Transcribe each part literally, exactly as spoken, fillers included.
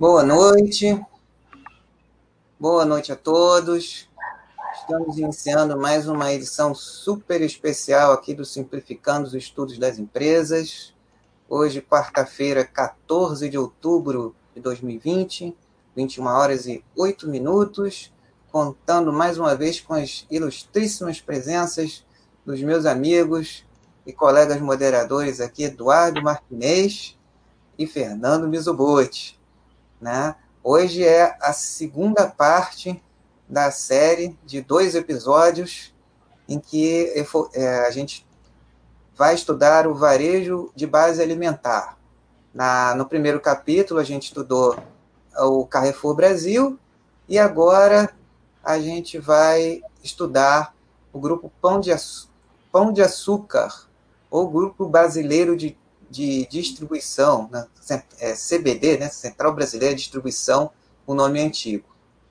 Boa noite, boa noite a todos. Estamos iniciando mais uma edição super especial aqui do Simplificando os Estudos das Empresas. Hoje, quarta-feira, quatorze de outubro de dois mil e vinte, vinte e uma horas e oito minutos, contando mais uma vez com as ilustríssimas presenças dos meus amigos e colegas moderadores aqui, Eduardo Martinez e Fernando Mizubotti, né? Hoje é a segunda parte da série de dois episódios em que a gente vai estudar o varejo de base alimentar. Na, no primeiro capítulo, a gente estudou o Carrefour Brasil e agora a gente vai estudar o grupo Pão de, Pão de Açúcar, ou Grupo Brasileiro de, de Distribuição, né? é, C B D, né? Central Brasileira de Distribuição, o nome antigo.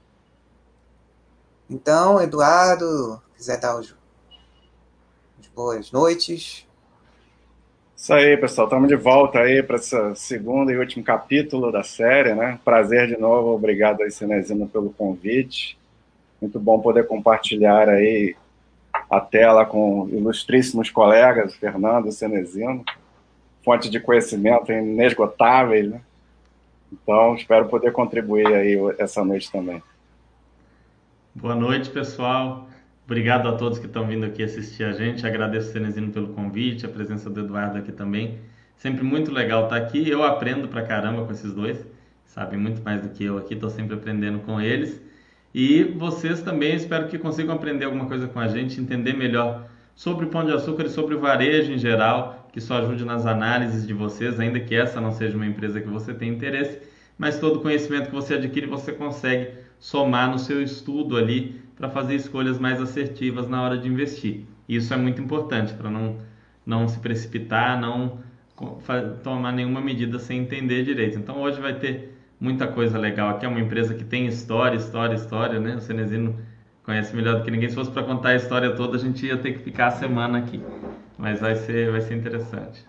Então, Eduardo, quiser dar os, os boas noites. Isso aí, pessoal. Estamos de volta aí para esse segundo e último capítulo da série, né? Prazer de novo. Obrigado aí, Cenezino, pelo convite. Muito bom poder compartilhar aí a tela com ilustríssimos colegas, Fernando e Cenezino. Fonte de conhecimento inesgotáveis, né? Então, espero poder contribuir aí essa noite também. Boa noite, pessoal. Obrigado a todos que estão vindo aqui assistir a gente. Agradeço o Cenezino pelo convite, a presença do Eduardo aqui também. Sempre muito legal estar aqui. Eu aprendo pra caramba com esses dois. Sabem muito mais do que eu aqui, estou sempre aprendendo com eles. E vocês também, espero que consigam aprender alguma coisa com a gente, entender melhor sobre o Pão de Açúcar e sobre o varejo em geral, que só ajude nas análises de vocês, ainda que essa não seja uma empresa que você tem interesse, mas todo o conhecimento que você adquire, você consegue somar no seu estudo ali para fazer escolhas mais assertivas na hora de investir. Isso é muito importante para não, não se precipitar, não tomar nenhuma medida sem entender direito. Então hoje vai ter muita coisa legal aqui. É uma empresa que tem história, história, história, né? O Cenezino conhece melhor do que ninguém. Se fosse para contar a história toda, a gente ia ter que ficar a semana aqui. Mas vai ser, vai ser interessante.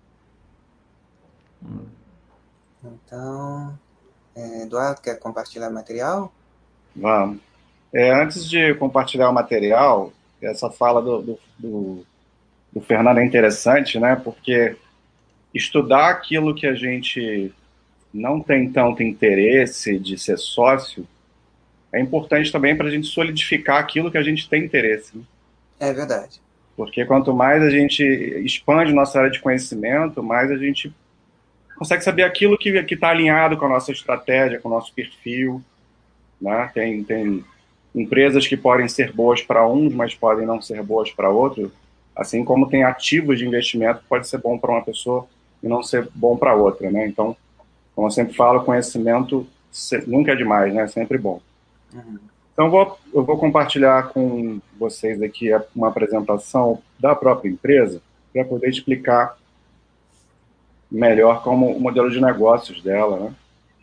Então, Eduardo, quer compartilhar material? Vamos. É, antes de compartilhar o material, essa fala do, do, do, do Fernando é interessante, né? Porque estudar aquilo que a gente não tem tanto interesse de ser sócio é importante também para a gente solidificar aquilo que a gente tem interesse. Né? É verdade. Porque quanto mais a gente expande nossa área de conhecimento, mais a gente consegue saber aquilo que está alinhado com a nossa estratégia, com o nosso perfil. Né? Tem, tem empresas que podem ser boas para uns, mas podem não ser boas para outros, assim como tem ativos de investimento que pode ser bom para uma pessoa e não ser bom para outra. Né? Então, como eu sempre falo, conhecimento nunca é demais, né? É sempre bom. Uhum. Então, vou, eu vou compartilhar com vocês aqui uma apresentação da própria empresa para poder explicar melhor como o modelo de negócios dela, né?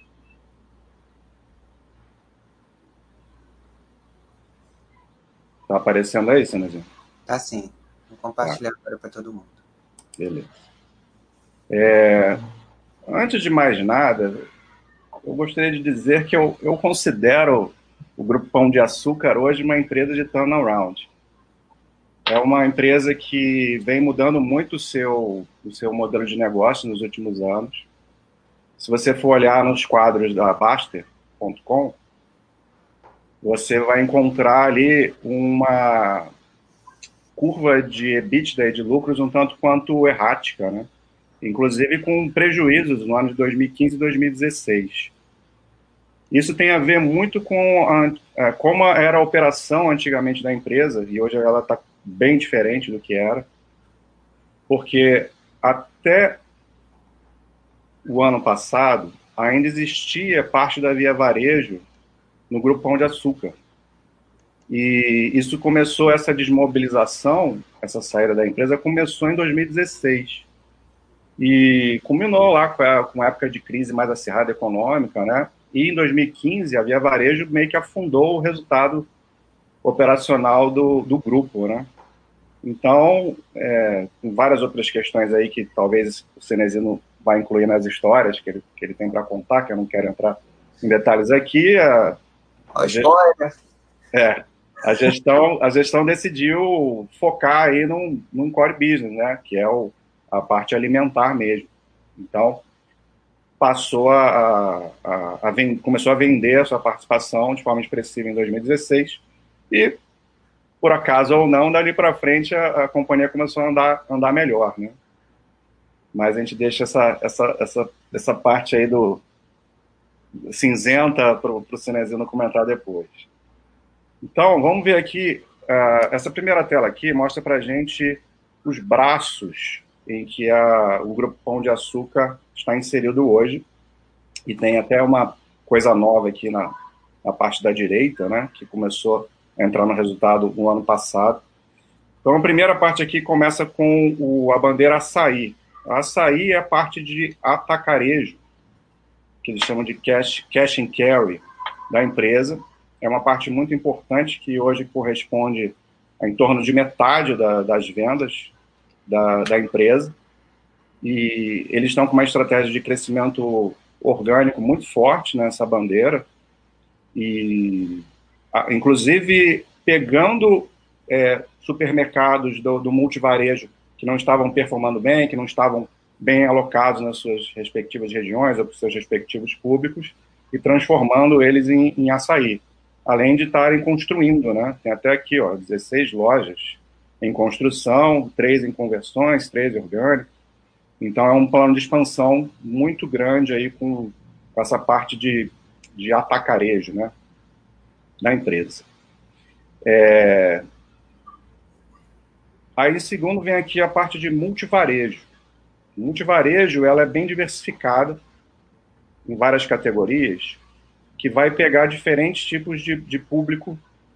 Tá aparecendo aí, Cenezino? Tá sim. Vou compartilhar tá. agora para todo mundo. Beleza. É, antes de mais nada, eu gostaria de dizer que eu, eu considero o Grupo Pão de Açúcar hoje uma empresa de turnaround. É uma empresa que vem mudando muito o seu, o seu modelo de negócio nos últimos anos. Se você for olhar nos quadros da Baster ponto com, você vai encontrar ali uma curva de EBITDA e de lucros um tanto quanto errática, né? Inclusive com prejuízos no ano de dois mil e quinze e dois mil e dezesseis. Isso tem a ver muito com a, a, como era a operação antigamente da empresa, e hoje ela está bem diferente do que era, porque até o ano passado ainda existia parte da Via Varejo no Grupo Pão de Açúcar. E isso começou, essa desmobilização, essa saída da empresa, começou em dois mil e dezesseis. E culminou lá com a, com a época de crise mais acirrada econômica, né? E em dois mil e quinze, a Via Varejo meio que afundou o resultado operacional do, do grupo, né? Então, é, com várias outras questões aí que talvez o Cenezino vai incluir nas histórias que ele, que ele tem para contar, que eu não quero entrar em detalhes aqui, a, a, história. É, a gestão, a gestão decidiu focar aí num, num core business, né, que é o, a parte alimentar mesmo. Então, passou a, a, a vend, começou a vender a sua participação de forma expressiva em dois mil e dezesseis e, por acaso ou não, dali para frente a, a companhia começou a andar, andar melhor, né? Mas a gente deixa essa, essa, essa, essa parte aí do cinzenta para o Cinezino comentar depois. Então, vamos ver aqui, uh, essa primeira tela aqui mostra para a gente os braços em que a, o Grupo Pão de Açúcar está inserido hoje, e tem até uma coisa nova aqui na, na parte da direita, né, que começou a entrar no resultado no ano passado. Então, a primeira parte aqui começa com o, a bandeira açaí. A açaí é a parte de atacarejo, que eles chamam de cash, cash and carry da empresa. É uma parte muito importante que hoje corresponde a em torno de metade da, das vendas da, da empresa. E eles estão com uma estratégia de crescimento orgânico muito forte nessa bandeira. E, inclusive, pegando é, supermercados do, do multivarejo que não estavam performando bem, que não estavam bem alocados nas suas respectivas regiões ou para os seus respectivos públicos e transformando eles em, em açaí. Além de estarem construindo, né? Tem até aqui, ó, dezesseis lojas em construção, três em conversões, três orgânicas. Então, é um plano de expansão muito grande aí com, com essa parte de, de atacarejo, né, da empresa. É... Aí, segundo, vem aqui a parte de multivarejo. Multivarejo, ela é bem diversificada em várias categorias, que vai pegar diferentes tipos de, de público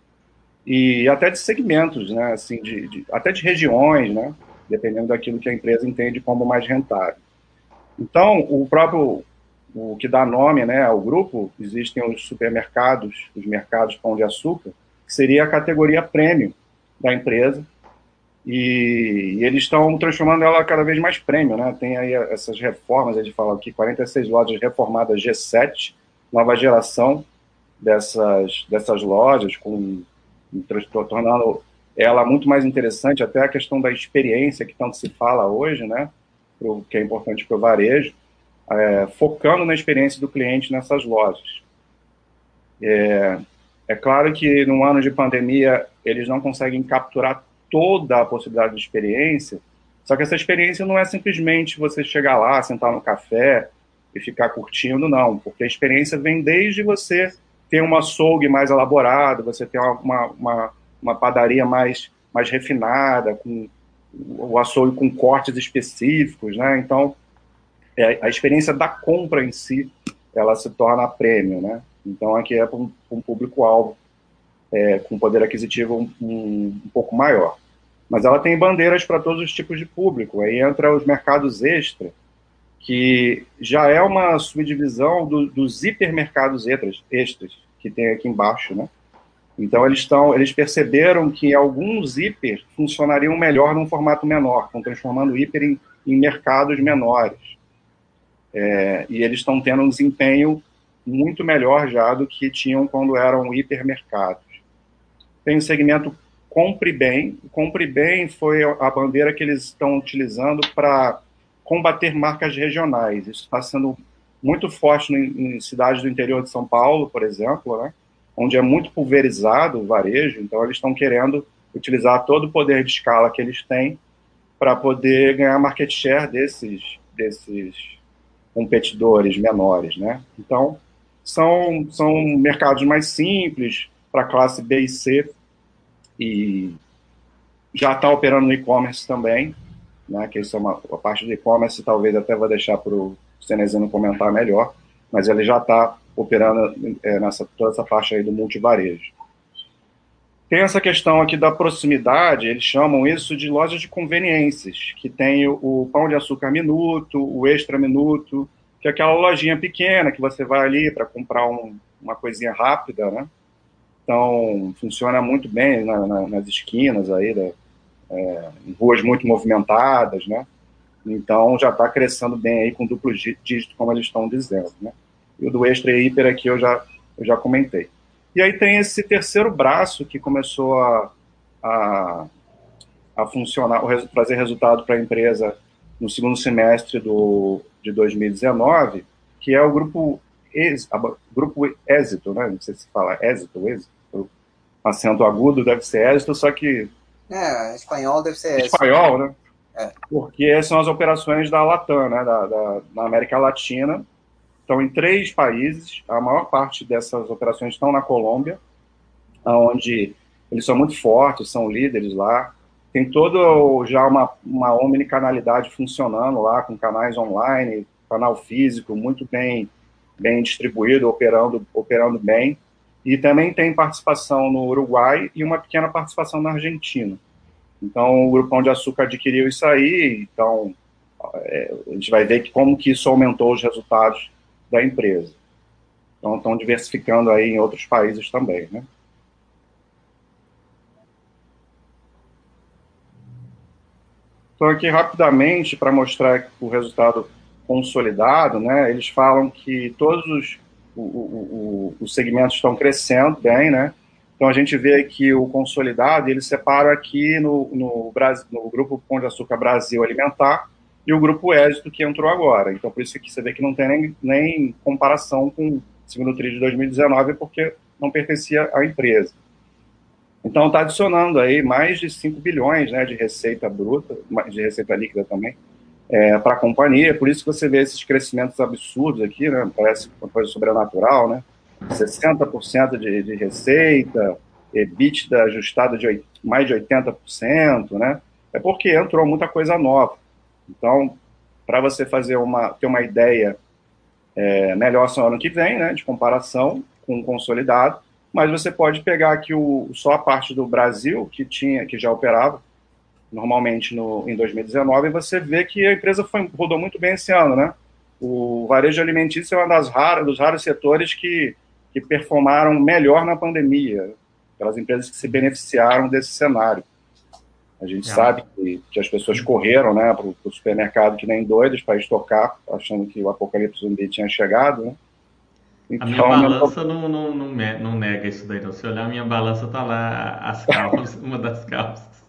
e até de segmentos, né, assim, de, de, até de regiões, né, dependendo daquilo que a empresa entende como mais rentável. Então, o próprio, o que dá nome, né, ao grupo, existem os supermercados, os mercados Pão de Açúcar, que seria a categoria premium da empresa, e, e eles estão transformando ela cada vez mais premium, né, tem aí essas reformas, a gente fala aqui, quarenta e seis lojas reformadas G sete, nova geração dessas, dessas lojas, com, tornando ela muito mais interessante, até a questão da experiência que tanto se fala hoje, né, pro, que é importante para o varejo, é, focando na experiência do cliente nessas lojas. É, é claro que no ano de pandemia eles não conseguem capturar toda a possibilidade de experiência, só que essa experiência não é simplesmente você chegar lá, sentar no café e ficar curtindo, não, porque a experiência vem desde você ter um açougue mais elaborado, você ter uma, uma, uma padaria mais, mais refinada, com o açougue com cortes específicos, né? Então, é, a experiência da compra em si, ela se torna premium, né? Então, aqui é para um, um público-alvo é, com poder aquisitivo um, um, um pouco maior. Mas ela tem bandeiras para todos os tipos de público. Aí entra os mercados extra, que já é uma subdivisão do, dos hipermercados extras, extras, que tem aqui embaixo, né? Então, eles, tão, eles perceberam que alguns hiper funcionariam melhor num formato menor, estão transformando o hiper em, em mercados menores. É, e eles estão tendo um desempenho muito melhor já do que tinham quando eram hipermercados. Tem o segmento Compre Bem. O Compre Bem foi a bandeira que eles estão utilizando para combater marcas regionais. Isso está sendo muito forte em, em cidades do interior de São Paulo, por exemplo, né, onde é muito pulverizado o varejo, então eles estão querendo utilizar todo o poder de escala que eles têm para poder ganhar market share desses, desses competidores menores, né? Então, são, são mercados mais simples, para classe B e C, e já está operando no e-commerce também, né, que isso é uma, a parte do e-commerce talvez até vou deixar para o Cenezino comentar melhor, mas ele já está operando é, nessa, toda essa parte aí do multivarejo. Tem essa questão aqui da proximidade, eles chamam isso de lojas de conveniências, que tem o, o Pão de Açúcar Minuto, o Extra Minuto, que é aquela lojinha pequena que você vai ali para comprar um, uma coisinha rápida, né? Então, funciona muito bem na, na, nas esquinas aí, da, é, em ruas muito movimentadas, né? Então, já está crescendo bem aí com duplo dígito, como eles estão dizendo, né? e o do Extra e Hiper aqui eu já, eu já comentei. E aí tem esse terceiro braço que começou a, a, a funcionar, trazer resultado para a empresa no segundo semestre do, de dois mil e dezenove, que é o grupo, Ex, grupo Êxito, né? Não sei se fala Êxito, Êxito, acento agudo deve ser Êxito, só que... É, espanhol deve ser esse. Espanhol, né? É. Porque são as operações da Latam, né? Da, da, na América Latina. Estão em três países, a maior parte dessas operações estão na Colômbia, onde eles são muito fortes, são líderes lá. Tem todo já uma, uma omnicanalidade funcionando lá, com canais online, canal físico muito bem, bem distribuído, operando, operando bem. E também tem participação no Uruguai e uma pequena participação na Argentina. Então, o Grupo Pão de Açúcar adquiriu isso aí, então é, a gente vai ver que, como que isso aumentou os resultados da empresa. Então, estão diversificando aí em outros países também, né? Então, aqui rapidamente, para mostrar o resultado consolidado, né, eles falam que todos os, o, o, o, os segmentos estão crescendo bem, né? Então, a gente vê aqui o consolidado, eles separam aqui no, no, Brasil, no Grupo Pão de Açúcar Brasil Alimentar e o Grupo Êxito, que entrou agora. Então, por isso que você vê que não tem nem, nem comparação com o segundo tri de dois mil e dezenove, porque não pertencia à empresa. Então, está adicionando aí mais de cinco bilhões, né, de receita bruta, de receita líquida também, é, para a companhia. Por isso que você vê esses crescimentos absurdos aqui, né, parece uma coisa sobrenatural, né? sessenta por cento de, de receita, EBITDA ajustado de mais de oitenta por cento, né? É porque entrou muita coisa nova. Então, para você fazer uma, ter uma ideia é, melhor só ano que vem, né, de comparação com o consolidado, mas você pode pegar aqui o, só a parte do Brasil, que, tinha, que já operava normalmente no, em dois mil e dezenove, e você vê que a empresa foi, rodou muito bem esse ano, né? O varejo alimentício é uma das raras, dos raros setores que, que performaram melhor na pandemia, aquelas empresas que se beneficiaram desse cenário. A gente é. sabe que, que as pessoas correram, né, para o supermercado que nem doidos para estocar, achando que o apocalipse zumbi tinha chegado, né? Então, a minha balança tô... não, não, não, não nega isso daí, não. Se olhar a minha balança, tá lá as calças, uma das calças.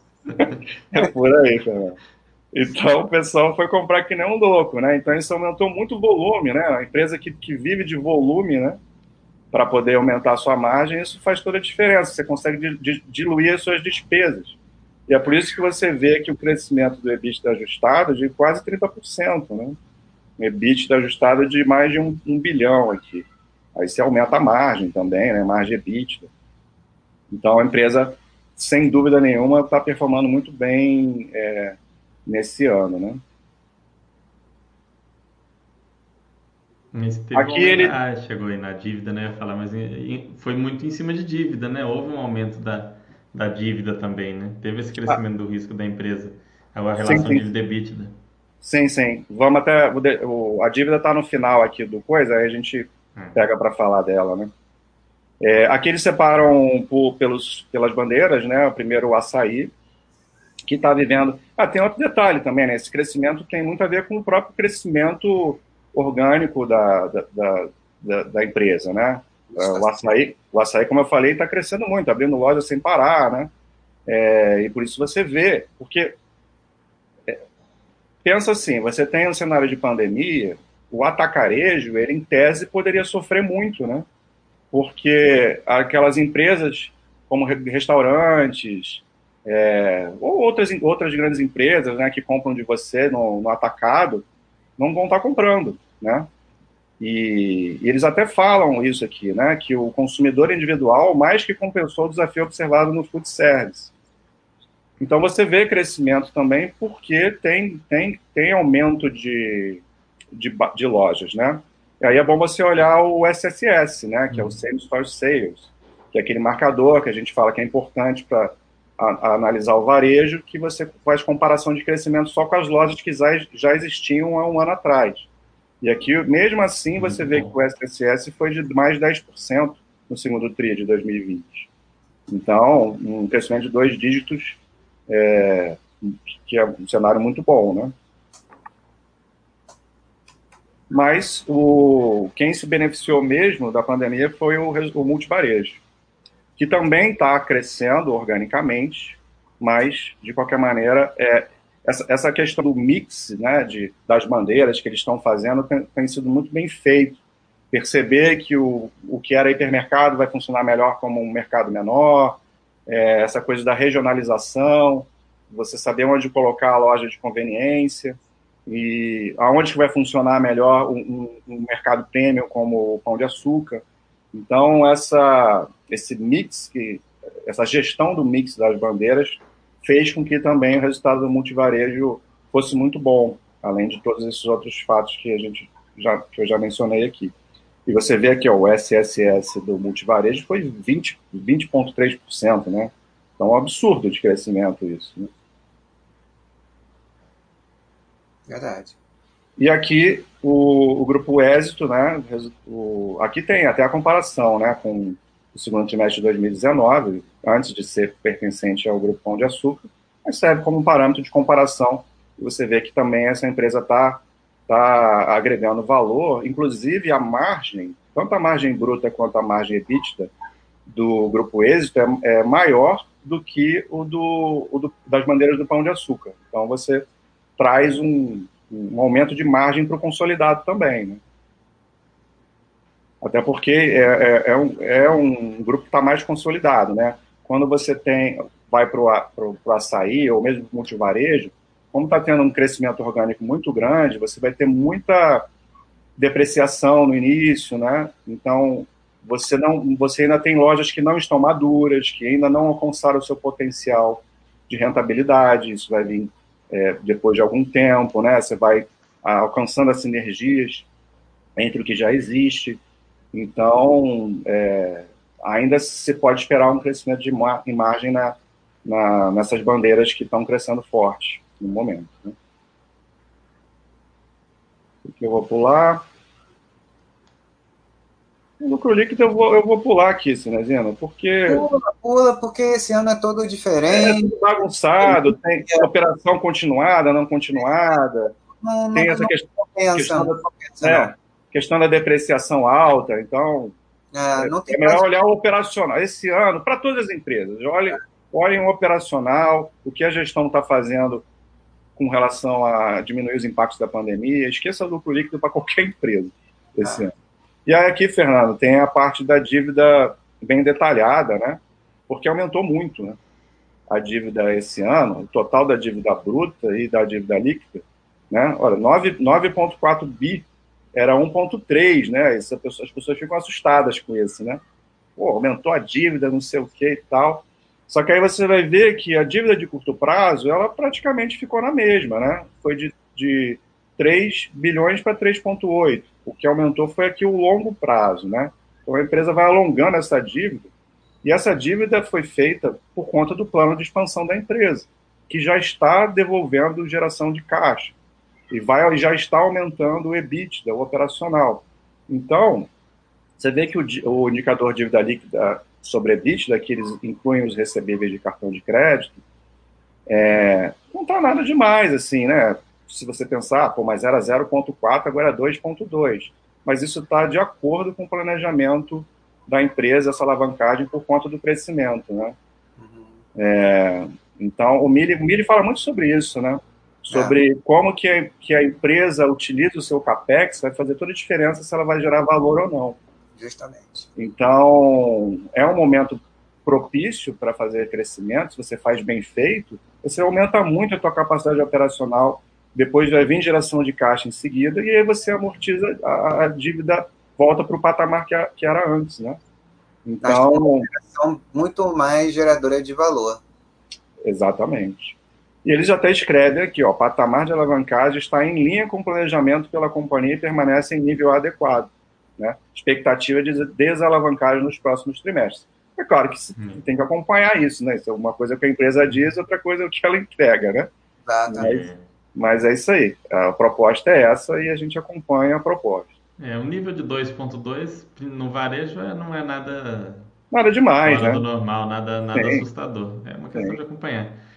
É por aí, Fernando. Então, o pessoal foi comprar que nem um louco, né? Então, isso aumentou muito o volume, né? A empresa que, que vive de volume, né? Para poder aumentar a sua margem, isso faz toda a diferença. Você consegue diluir as suas despesas. E é por isso que você vê que o crescimento do EBITDA ajustado é de quase trinta por cento, né? O EBITDA ajustado de mais de um, um bilhão aqui. Aí você aumenta a margem também, né? Margem EBITDA. Então, a empresa, sem dúvida nenhuma, está performando muito bem é, nesse ano, né? Mas teve aqui um aumento, ele... Ah, chegou aí na dívida, né? Eu ia falar, mas foi muito em cima de dívida, né? Houve um aumento da, da dívida também, né? Teve esse crescimento ah. do risco da empresa, a relação dívida-EBITDA. Sim, sim. Vamos até... A dívida está no final aqui do coisa, aí a gente hum. pega para falar dela, né? É, aqui eles separam por, pelos, pelas bandeiras, né? O primeiro, o açaí, que está vivendo... Ah, tem outro detalhe também, né? Esse crescimento tem muito a ver com o próprio crescimento orgânico da, da, da, da, da empresa, né? O açaí, o açaí, como eu falei, está crescendo muito, abrindo loja sem parar, né? É, e por isso você vê, porque é, pensa assim, você tem um cenário de pandemia, o atacarejo, ele em tese poderia sofrer muito, né? Porque aquelas empresas como restaurantes, é, ou outras, outras grandes empresas, né, que compram de você no, no atacado, não vão estar comprando, né? E, e eles até falam isso aqui, né? Que o consumidor individual mais que compensou o desafio observado no food service. Então você vê crescimento também porque tem, tem, tem aumento de, de, de lojas, né? E aí é bom você olhar o S S S, né? Que é o Same Store Sales, que é aquele marcador que a gente fala que é importante para A, a analisar o varejo, que você faz comparação de crescimento só com as lojas que já, já existiam há um ano atrás. E aqui, mesmo assim, você vê que o S S S foi de mais de dez por cento no segundo tri de dois mil e vinte. Então, um crescimento de dois dígitos, é, que é um cenário muito bom, né? mas o, quem se beneficiou mesmo da pandemia foi o, o multivarejo, que também está crescendo organicamente, mas, de qualquer maneira, é, essa, essa questão do mix, né, de, das bandeiras que eles estão fazendo tem, tem sido muito bem feito. Perceber que o, o que era hipermercado vai funcionar melhor como um mercado menor, é, essa coisa da regionalização, você saber onde colocar a loja de conveniência, e aonde que vai funcionar melhor um, um, um mercado premium como o Pão de Açúcar. Então, essa, esse mix, que, essa gestão do mix das bandeiras fez com que também o resultado do multivarejo fosse muito bom, além de todos esses outros fatos que, a gente já, que eu já mencionei aqui. E você vê aqui, ó, o S S S do multivarejo foi vinte vírgula três por cento, né? Então, é um absurdo de crescimento isso, né? Verdade. E aqui, o, o grupo Êxito, né? O, aqui tem até a comparação, né, com o segundo trimestre de dois mil e dezenove, antes de ser pertencente ao grupo Pão de Açúcar, mas serve como um parâmetro de comparação. E você vê que também essa empresa está tá agregando valor, inclusive a margem, tanto a margem bruta quanto a margem EBITDA do grupo Êxito é, é maior do que o, do, o do, das bandeiras do Pão de Açúcar. Então, você traz um, um aumento de margem para o consolidado também, né? Até porque é, é, é, um, é um grupo que está mais consolidado, né? Quando você tem, vai para o açaí ou mesmo para o multivarejo, como está tendo um crescimento orgânico muito grande, você vai ter muita depreciação no início, né? Então, você, não, você ainda tem lojas que não estão maduras, que ainda não alcançaram o seu potencial de rentabilidade, isso vai vir é, depois de algum tempo, né? Você vai alcançando as sinergias entre o que já existe. Então, é, ainda se pode esperar um crescimento de imagem na, na, nessas bandeiras que estão crescendo forte no momento, né? Aqui eu vou pular. O lucro líquido eu vou, eu vou pular aqui, Cinezina, porque... Pula, pula, porque esse ano é todo É diferente. tudo bagunçado, tem operação continuada, não continuada, Não, não, tem essa não questão, compensa, questão, não da, compensa, não. é, questão da depreciação alta, então É, é, não tem é melhor prazo. olhar o operacional. Esse ano, para todas as empresas, olhem, olhem o operacional, o que a gestão está fazendo com relação a diminuir os impactos da pandemia, esqueça o lucro líquido para qualquer empresa esse É. ano. E aí aqui, Fernando, tem a parte da dívida bem detalhada, né? Porque aumentou muito, né? A dívida esse ano, o total da dívida bruta e da dívida líquida, né? Olha, nove vírgula quatro bi era um vírgula três, né? Isso, as pessoas ficam assustadas com isso, né? Pô, aumentou a dívida, não sei o que e tal. Só que aí você vai ver que a dívida de curto prazo, ela praticamente ficou na mesma, né? Foi de, de três bilhões para três vírgula oito. O que aumentou foi aqui o longo prazo, né? Então a empresa vai alongando essa dívida, e essa dívida foi feita por conta do plano de expansão da empresa, que já está devolvendo geração de caixa e vai, já está aumentando o EBITDA, o operacional. Então, você vê que o, o indicador de dívida líquida sobre EBITDA, que eles incluem os recebíveis de cartão de crédito, é, não está nada demais, assim, né? Se você pensar, pô, mas era zero vírgula quatro, agora é dois vírgula dois. Mas isso está de acordo com o planejamento da empresa, essa alavancagem por conta do crescimento, né? Uhum. É, então, o Mili, o Mili fala muito sobre isso, né? Sobre É. como que a, que a empresa utiliza o seu CAPEX, vai fazer toda a diferença se ela vai gerar valor ou não. Justamente. Então, é um momento propício para fazer crescimento. Se você faz bem feito, você aumenta muito a tua capacidade operacional, depois vai vir geração de caixa em seguida, e aí você amortiza a, a dívida, volta para o patamar que, a, que era antes, né? Mas com uma Então, operação muito mais geradora de valor. exatamente. E eles até escrevem aqui, ó, patamar de alavancagem está em linha com o planejamento pela companhia e permanece em nível adequado, né? Expectativa de desalavancagem nos próximos trimestres. É claro que você Hum. tem que acompanhar isso, né? Isso é uma coisa que a empresa diz, outra coisa é o que ela entrega, né? Exatamente. Mas, mas é isso aí. A proposta é essa e a gente acompanha a proposta. É, o nível de dois ponto dois no varejo é, não é nada Nada demais, fora né? do normal, nada, nada Sim, assustador. É uma questão sim. de acompanhar.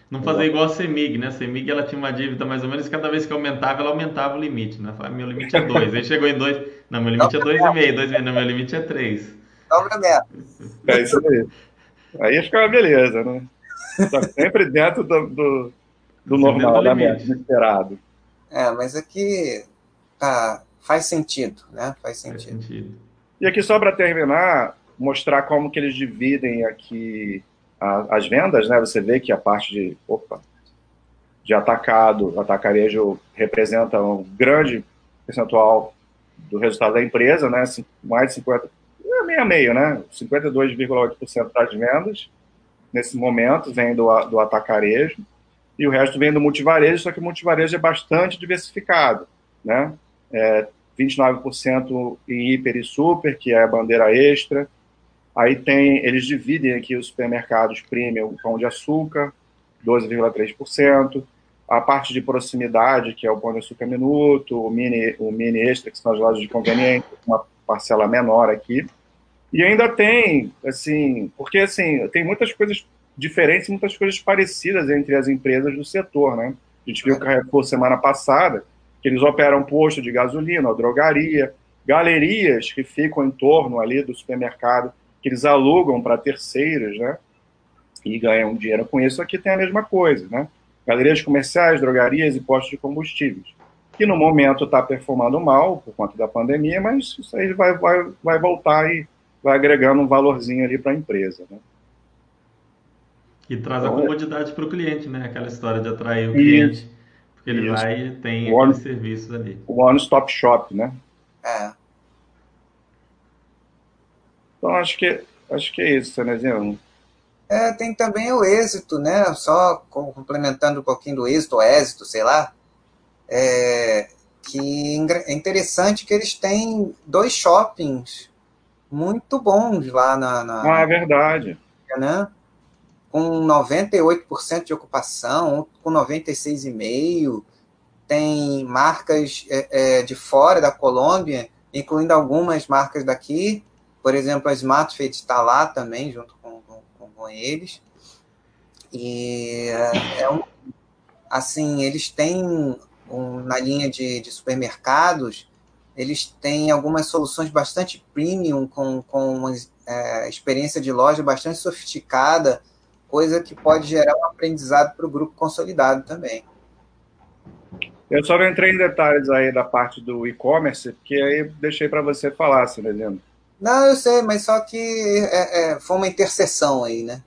Não fazer igual a CEMIG, né? A CEMIG ela tinha uma dívida mais ou menos, cada vez que aumentava, ela aumentava o limite, né? Falava, meu limite é dois. Aí chegou em dois, não, meu limite é dois e meio, dois e meio, não, meu limite é três. Dobra a meta. É isso aí. Aí fica uma beleza, né? Tá sempre dentro do, do, do Sempre dentro do normal, da meta, do limite. esperado. É, mas aqui tá, faz sentido, né? Faz Faz sentido. sentido. E aqui, só para terminar, mostrar como que eles dividem aqui a, as vendas, né? Você vê que a parte de, opa, de atacado, atacarejo representa um grande percentual do resultado da empresa, né? Mais de cinquenta, é meio a meio, né? cinquenta e dois vírgula oito por cento das vendas, nesse momento, vem do, do atacarejo, e o resto vem do multivarejo, só que o multivarejo é bastante diversificado, né? É, vinte e nove por cento em hiper e super, que é a bandeira extra. Aí tem, eles dividem aqui os supermercados premium, o Pão de Açúcar, doze vírgula três por cento. A parte de proximidade, que é o Pão de Açúcar Minuto, o Mini, o mini Extra, que são as lojas de conveniência, uma parcela menor aqui. E ainda tem, assim, porque assim, tem muitas coisas diferentes, muitas coisas parecidas entre as empresas do setor, né? A gente viu o Carrefour semana passada, que eles operam posto de gasolina, drogaria, galerias que ficam em torno ali do supermercado, que eles alugam para terceiros, né? E ganham dinheiro com isso. Aqui tem a mesma coisa, né? Galerias comerciais, drogarias e postos de combustíveis, que no momento está performando mal por conta da pandemia, mas isso aí vai, vai, vai voltar e vai agregando um valorzinho ali para a empresa, né? E traz a Então, é comodidade para o cliente, né? Aquela história de atrair o isso, cliente, porque ele isso. vai e tem O aqueles one, serviços ali. o one stop shop, né? É. Então, acho que, acho que é isso, Cenezinho. É, tem também o êxito, né? Só complementando um pouquinho do êxito, ou êxito, sei lá, é, que é interessante que eles têm dois shoppings muito bons lá na, na, Ah, na é verdade. né? Com noventa e oito por cento de ocupação, com noventa e seis vírgula cinco por cento. Tem marcas é, é, de fora da Colômbia, incluindo algumas marcas daqui. Por exemplo, a Smartfit está lá também, junto com, com, com eles. E é um, assim, eles têm um, na linha de, de supermercados, eles têm algumas soluções bastante premium, com, com uma é, experiência de loja bastante sofisticada, coisa que pode gerar um aprendizado para o grupo consolidado também. Eu só não entrei em detalhes aí da parte do e-commerce, porque aí deixei para você falar, Cenezinho. Não, eu sei, mas só que é, é, foi uma interseção aí, né?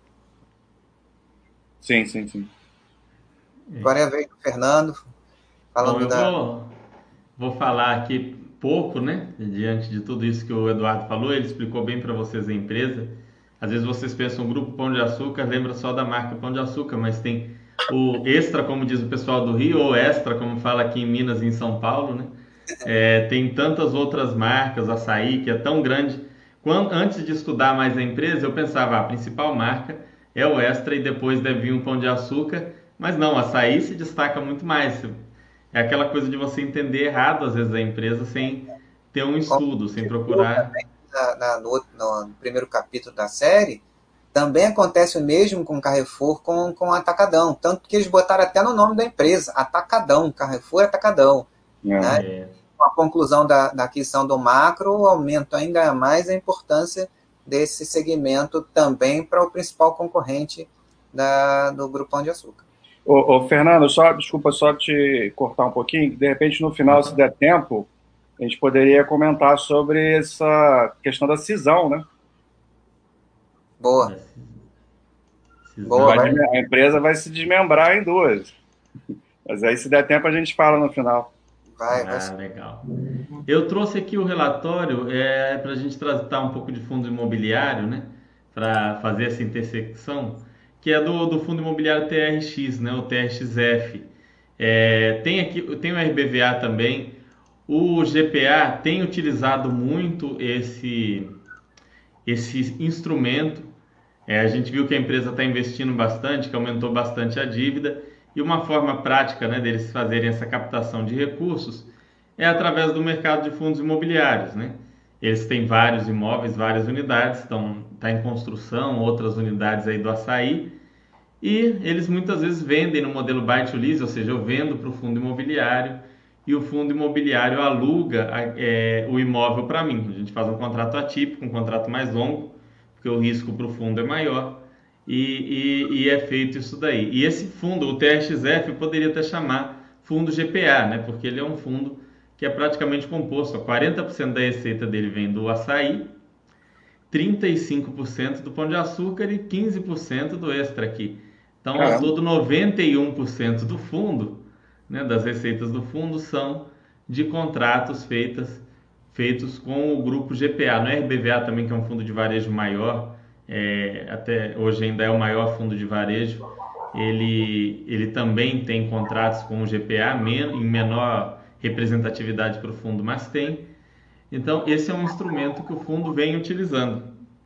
Sim, sim, sim. Agora é a vez do Fernando, Bom, falando eu da. vou, vou falar aqui pouco, né? Diante de tudo isso que o Eduardo falou, ele explicou bem para vocês a empresa. Às vezes vocês pensam, Grupo Pão de Açúcar, lembra só da marca Pão de Açúcar, mas tem o Extra, como diz o pessoal do Rio, ou Extra, como fala aqui em Minas e em São Paulo, né? É, tem tantas outras marcas, Açaí, que é tão grande. Quando, antes de estudar mais a empresa, eu pensava, ah, a principal marca é o Extra e depois deve vir um Pão de Açúcar, mas não, Açaí se destaca muito mais. É aquela coisa de você entender errado, às vezes, a empresa sem ter um Como estudo, sem citou procurar. também na, na, no, no primeiro capítulo da série, também acontece o mesmo com o Carrefour, com, com o Atacadão. Tanto que eles botaram até no nome da empresa, Atacadão, Carrefour Atacadão. É. Né? É, Com a conclusão da, da aquisição do macro, aumenta ainda mais a importância desse segmento também para o principal concorrente da, do Grupo Pão de Açúcar. Ô, ô, Fernando, só, desculpa só te cortar um pouquinho. De repente, no final, se der tempo, a gente poderia comentar sobre essa questão da cisão, né? Boa, da boa, cisão, Vai, vai, né? a empresa vai se desmembrar em duas. Mas aí, se der tempo, a gente fala no final. vai, vai. Ah, legal. Eu trouxe aqui o relatório é, para a gente tratar um pouco de fundo imobiliário, né? Para fazer essa intersecção, que é do, do fundo imobiliário T R X, né? O T R X F. É, tem aqui, tem o R B V A também. O G P A tem utilizado muito esse, esse instrumento. É, a gente viu que a empresa está investindo bastante, que aumentou bastante a dívida, e uma forma prática, né, deles fazerem essa captação de recursos é através do mercado de fundos imobiliários, né? Eles têm vários imóveis, várias unidades, estão tá em construção, outras unidades aí do Açaí, E eles muitas vezes vendem no modelo buy to lease, ou seja, eu vendo para o fundo imobiliário e o fundo imobiliário aluga é, o imóvel para mim. A gente faz um contrato atípico, um contrato mais longo, porque o risco para o fundo é maior, e, e, e é feito isso daí. E esse fundo, o T R X F, eu poderia até chamar fundo G P A, né? Porque ele é um fundo que é praticamente composto, quarenta por cento da receita dele vem do açaí, trinta e cinco por cento do Pão de Açúcar e quinze por cento do extra aqui. Então, ao Caramba. todo, noventa e um por cento do fundo, né, das receitas do fundo, são de contratos feitas, feitos com o grupo G P A. No R B V A também, que é um fundo de varejo maior, é, até hoje ainda é o maior fundo de varejo, ele, ele também tem contratos com o G P A, men em menor representatividade para o fundo, mas tem. Então, esse é um instrumento que o fundo vem utilizando.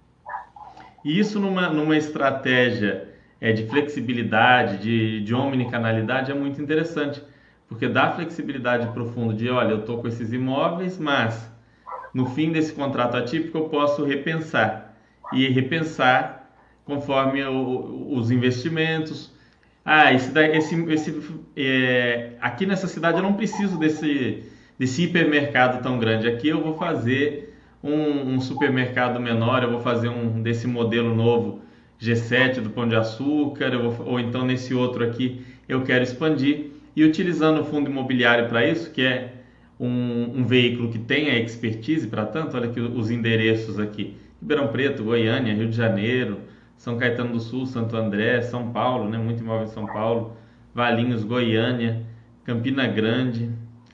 E isso numa, numa estratégia é, de flexibilidade, de, de omnicanalidade, é muito interessante, porque dá flexibilidade para o fundo de, olha, eu estou com esses imóveis, mas no fim desse contrato atípico eu posso repensar, e repensar conforme o, os investimentos. Ah, esse, esse, esse, é, aqui nessa cidade eu não preciso desse, desse hipermercado tão grande, aqui eu vou fazer um, um supermercado menor, eu vou fazer um desse modelo novo G sete do Pão de Açúcar, eu vou, ou então nesse outro aqui eu quero expandir, e utilizando o fundo imobiliário para isso, que é um, um veículo que tem a expertise para tanto, olha aqui os endereços aqui, Ribeirão Preto, Goiânia, Rio de Janeiro, São Caetano do Sul, Santo André, São Paulo, né, muito imóvel em São Paulo, Valinhos, Goiânia, Campina Grande,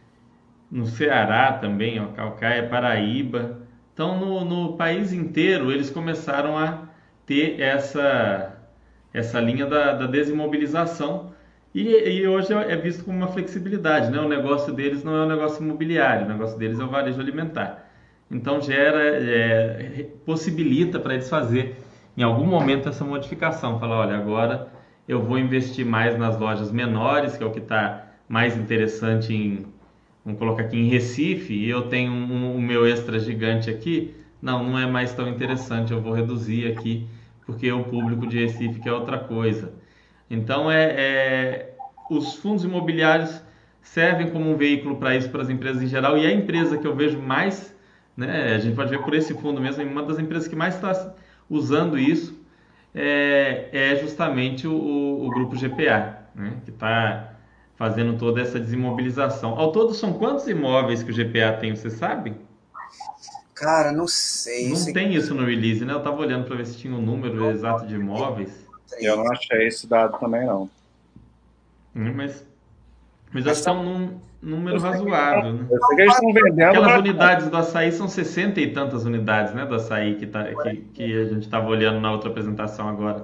no Ceará também, ó, Calcaia, Paraíba. Então, no, no país inteiro, eles começaram a ter essa, essa linha da, da desimobilização, e, e hoje é visto como uma flexibilidade, né? O negócio deles não é um negócio imobiliário, o negócio deles é o varejo alimentar. Então, gera, é, possibilita para eles fazer, em algum momento, essa modificação. Falar, olha, agora eu vou investir mais nas lojas menores, que é o que está mais interessante em... Vamos colocar aqui em Recife, e eu tenho um, um meu extra gigante aqui. Não, não é mais tão interessante, eu vou reduzir aqui, porque o público de Recife quer outra coisa. Então, é, é, os fundos imobiliários servem como um veículo para isso, para as empresas em geral, e a empresa que eu vejo mais, né, a gente pode ver por esse fundo mesmo, uma das empresas que mais está usando isso é, é justamente o, o grupo G P A, né, que está fazendo toda essa desimobilização. Ao todo, são quantos imóveis que o G P A tem, você sabe? Cara, não sei. Não Sei tem isso no release, né? Eu estava olhando para ver se tinha o um número exato de imóveis. Eu não achei esse dado também, não. Hum, Mas, mas acho que é um num- número razoável, né? Eu sei que eles estão vendendo. Aquelas pra- unidades do açaí são sessenta e tantas unidades, né? Do açaí que, tá, que, que a gente estava olhando na outra apresentação agora.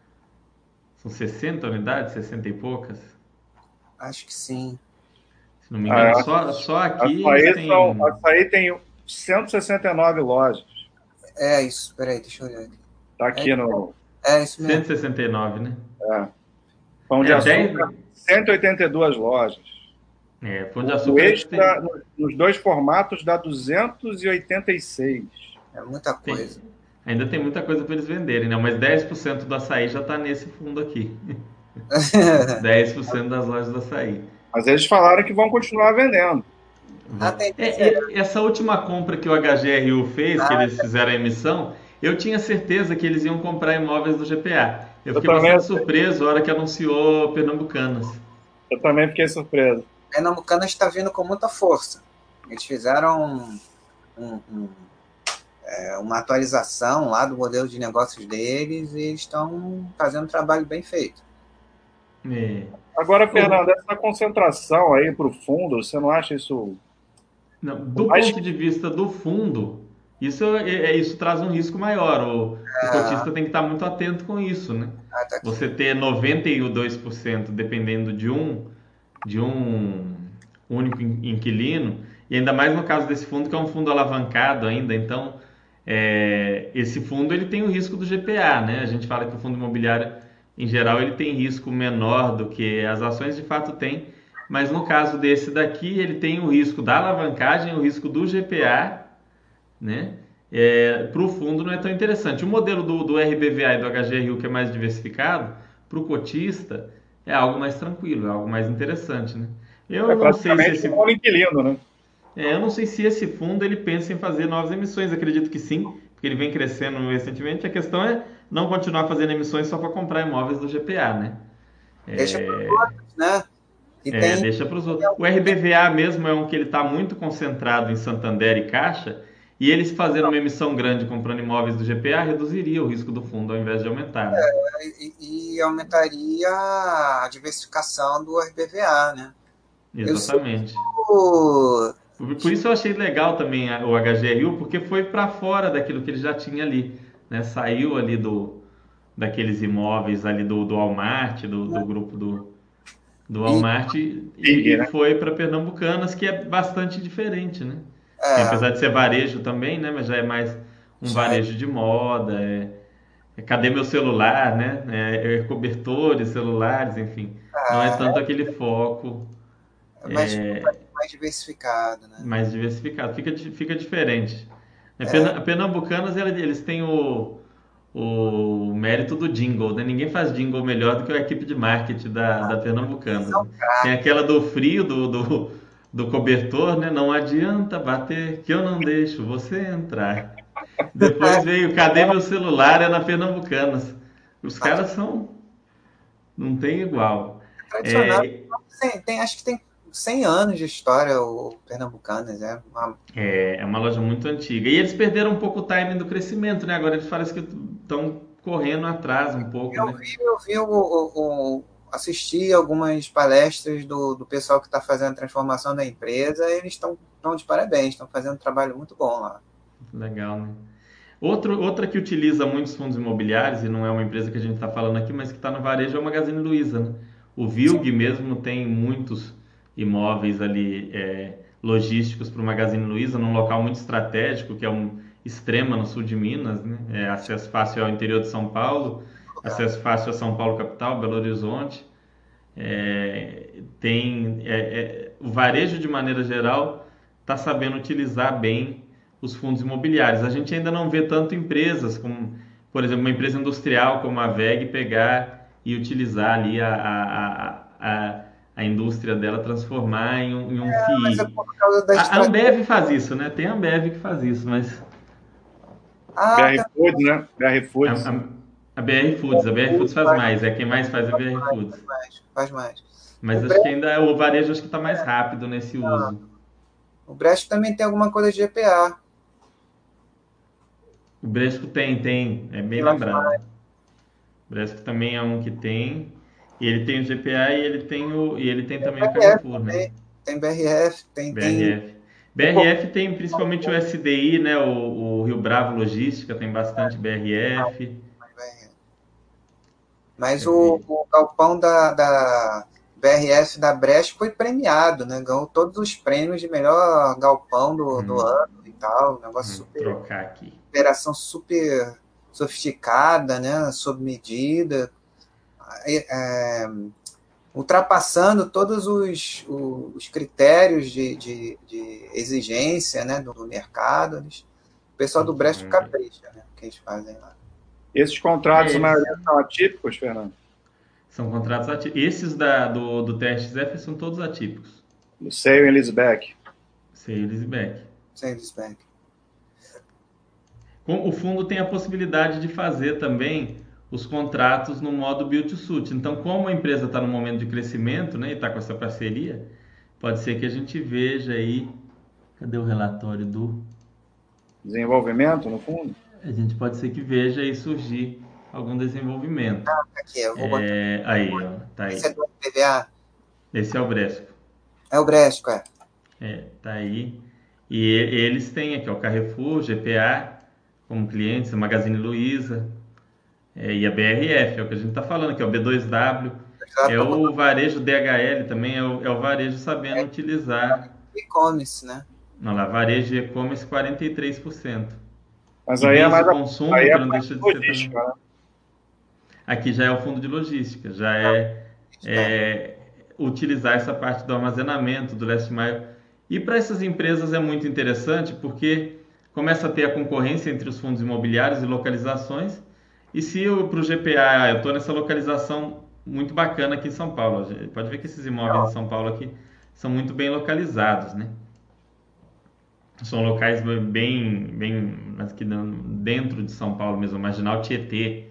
São sessenta unidades, sessenta e poucas? Acho que sim. Se não me Ah, engano, só, só aqui Açaí, eles são, têm. açaí tem cento e sessenta e nove lojas. É isso, peraí, deixa eu olhar aqui. Tá aqui no. É isso mesmo. cento e sessenta e nove, né? É. Pão de É, Açúcar, dez. cento e oitenta e duas lojas. É, Pão de O Açúcar extra, tem, nos dois formatos, dá duzentos e oitenta e seis. É muita tem- coisa. ainda tem muita coisa para eles venderem, né? Mas dez por cento do açaí já está nesse fundo aqui. dez por cento das lojas do açaí. Mas eles falaram que vão continuar vendendo. Ah, Vão. tem. É, é, essa última compra que o H G R U fez, que Ah, eles fizeram a emissão, eu tinha certeza que eles iam comprar imóveis do G P A. Eu Eu fiquei também, bastante surpreso na hora que anunciou Pernambucanas. eu também fiquei surpreso. Pernambucana está vindo com muita força. Eles fizeram um, um, um, é, uma atualização lá do modelo de negócios deles e estão fazendo um trabalho bem feito. É. Agora, Bom, Fernando, essa concentração aí para o fundo, você não acha isso. não, do mais ponto de vista do fundo, isso, é, é- isso traz um risco maior. O, o Ah, cotista tem que estar muito atento com isso, né? ah, tá aqui. Você ter noventa e dois por cento dependendo de um, de um único in- inquilino, e ainda mais no caso desse fundo, que é um fundo alavancado ainda, então é, esse fundo ele tem o risco do G P A, né? A gente fala que o fundo imobiliário, em geral, ele tem risco menor do que as ações, de fato tem, mas no caso desse daqui, ele tem o risco da alavancagem, o risco do G P A, né? É, para o fundo não é tão interessante. O modelo do, do R B V A e do H G R U, que é mais diversificado, para o cotista é algo mais tranquilo, é algo mais interessante, né? Eu É não sei se praticamente esse, um inquilino, né? é, eu não sei se esse fundo ele pensa em fazer novas emissões. Acredito que sim, porque ele vem crescendo recentemente. A questão é não continuar fazendo emissões só para comprar imóveis do G P A, né? Deixa para É, outros, né? E é, tem, deixa para os outros. O R B V A mesmo é um que ele está muito concentrado em Santander e Caixa, e eles fazendo uma emissão grande comprando imóveis do G P A reduziria o risco do fundo ao invés de aumentar, né? e, e aumentaria a diversificação do R B V A, né? Eu sei Exatamente. que Por por isso eu achei legal também a- o H G R U, porque foi para fora daquilo que ele já tinha ali, né? Saiu ali do, daqueles imóveis ali do, do Walmart, do, do grupo do, do e, Walmart, e, Ping, e né? foi para Pernambucanas, que é bastante diferente, né? Assim, é, apesar de ser varejo também, né? Mas já é mais um já é, varejo de moda, é, é cadê meu celular, né? É, é cobertores, celulares, enfim. Não é tanto aquele foco é mais, mais diversificado, né? mais diversificado, fica, di- fica diferente. É, É, Perna- Pernambucanas, ela- eles têm o, o mérito do jingle, né? Ninguém faz jingle melhor do que a equipe de marketing da, da Pernambucanas, são né? Tem craques. aquela do frio, do, do, do cobertor, né? Não adianta bater que eu não deixo você entrar. Depois veio, cadê meu celular? É na Pernambucanas. Os Mas caras são, não tem igual. é tradicional. É, Tem, tem- acho que tem cem anos de história o Pernambucanas. É uma, É, é uma loja muito antiga. E eles perderam um pouco o timing do crescimento, né? Agora eles parecem que estão correndo atrás um pouco, eu né? vi, eu vi o, o, o- assisti algumas palestras do, do pessoal que está fazendo a transformação da empresa. Eles estão estão de parabéns, estão fazendo um trabalho muito bom lá. Legal, né? Outro, outra que utiliza muitos fundos imobiliários, e não é uma empresa que a gente está falando aqui, mas que está no varejo, é o Magazine Luiza, né? O Vilg mesmo tem muitos imóveis ali é, logísticos para o Magazine Luiza, num local muito estratégico, que é um Extrema, no sul de Minas, né? É, acesso fácil ao interior de São Paulo, acesso fácil a São Paulo capital, Belo Horizonte. É, tem é, é, o varejo de maneira geral está sabendo utilizar bem os fundos imobiliários. A gente ainda não vê tanto empresas como, por exemplo, uma empresa industrial como a V E G pegar e utilizar ali a, a, a, a, a indústria dela, transformar em um, em um Mas é F I I. por causa da A, a estratégia. Ambev faz isso, né? Tem a Ambev que faz isso, mas Ah, B R tem Foods, né? B R a, Foods. a, a B R Foods, a B R Foods faz faz mais, é quem mais faz a B R Foods. mais, faz mais. O Mas acho que Brecht, ainda o varejo acho que está mais rápido nesse uso. o Brecht também tem alguma coisa de G P A. O Bresco tem, tem, é bem Tem lá lembrado. O Bresco também é um que tem, e ele tem o G P A e ele tem o e ele tem também o B R F Carrefour, né? também. Tem B R F, tem, tem B R F. B R F tem principalmente o S D I, né? O, o Rio Bravo Logística tem bastante B R F. mas Deixa eu o, ver. o galpão da, da B R F da Brecht foi premiado, né? Ganhou todos os prêmios de melhor galpão do, do Hum, ano e tal. Um negócio hum, super, trocar aqui. operação super sofisticada, né? Sob medida. É, é, ultrapassando todos os, os critérios de, de, de exigência, né, do, do mercado. Eles, o pessoal do Aqui, Brecht vamos ver. capricha, né, que eles fazem lá. Esses É, contratos, a eles maioria são atípicos, Fernando. são contratos atípicos. Esses da, do, do T X F são todos atípicos. O Sale e Leaseback. Sales e back. Sales Bank. Com- O fundo tem a possibilidade de fazer também os contratos no modo build to suit. Então, como a empresa está no momento de crescimento, né, e está com essa parceria, pode ser que a gente veja aí. Cadê o relatório do? Desenvolvimento, no fundo. A gente pode ser que veja aí surgir algum desenvolvimento. Aqui, eu vou botar. É, aí, ó, tá Esse é aí. do P V A? Esse é o Bresco. É o Brecht, é. É, tá aí. E e- eles têm aqui, ó, o Carrefour, G P A como clientes, a Magazine Luiza, é, e a B R F, é o que a gente está falando aqui, ó, B dois W, Já é tô o botando varejo D H L também, é o, é o varejo sabendo utilizar. e-commerce, né? Olha lá, varejo e e-commerce quarenta e três por cento. Mas E aí é bens de mais a, aí consumo, é que a não parte deixa de ser também. logística, né? Aqui já é o fundo de logística, já é, é utilizar essa parte do armazenamento, do last mile. E para essas empresas é muito interessante porque começa a ter a concorrência entre os fundos imobiliários e localizações E se eu, para o G P A, eu estou nessa localização muito bacana aqui em São Paulo. A gente pode ver que esses imóveis em São Paulo aqui são muito bem localizados, né? São locais bem, bem, mas que não- dentro de São Paulo mesmo, Marginal Tietê.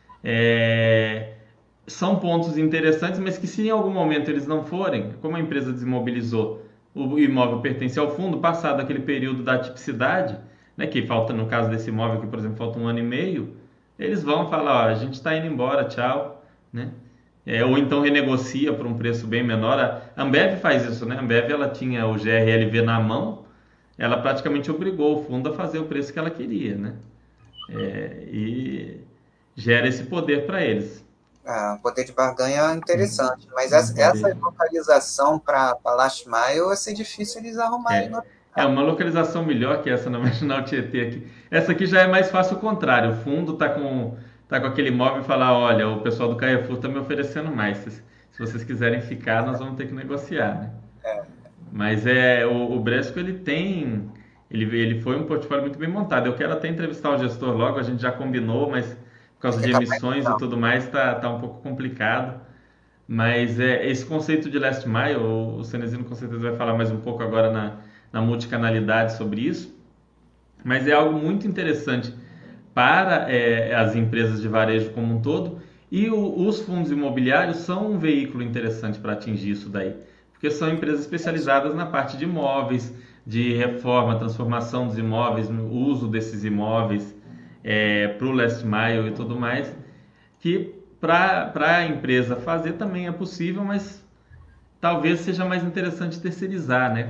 É, são pontos interessantes, mas que se em algum momento eles não forem, como a empresa desmobilizou, o imóvel pertence ao fundo, passado aquele período da tipicidade, né, que falta, no caso desse imóvel aqui, por exemplo, falta um ano e meio, eles vão falar, ó, a gente está indo embora, tchau, né? É, ou então renegocia por um preço bem menor. A Ambev faz isso, né? A Ambev, ela tinha o G R L V na mão, ela praticamente obrigou o fundo a fazer o preço que ela queria, né? É, e gera esse poder para eles. Ah, poder de barganha é interessante, mas Um essa, essa poder. localização para Last Mile vai ser difícil eles arrumarem no É, outro é lugar. uma localização melhor que essa na Marginal Tietê aqui. Essa aqui já é mais fácil o contrário. O fundo tá com, tá com aquele imóvel e falar, olha, o pessoal do Carrefour tá me oferecendo mais. Se, se vocês quiserem ficar, nós vamos ter que negociar, né? Mas é o, o Bresco ele tem, ele, ele foi um portfólio muito bem montado. Eu quero até entrevistar o gestor logo, a gente já combinou, mas por Vai causa ter de emissões e capacitação. tudo mais, tá, tá um pouco complicado. Mas é, esse conceito de last mile, o, o Cenezino com certeza vai falar mais um pouco agora na, na multicanalidade sobre isso. Mas é algo muito interessante para é, as empresas de varejo como um todo, e o, os fundos imobiliários são um veículo interessante para atingir isso daí, porque são empresas especializadas na parte de imóveis, de reforma, transformação dos imóveis, no uso desses imóveis é, para o last mile e tudo mais, que para a empresa fazer também é possível, mas talvez seja mais interessante terceirizar, né?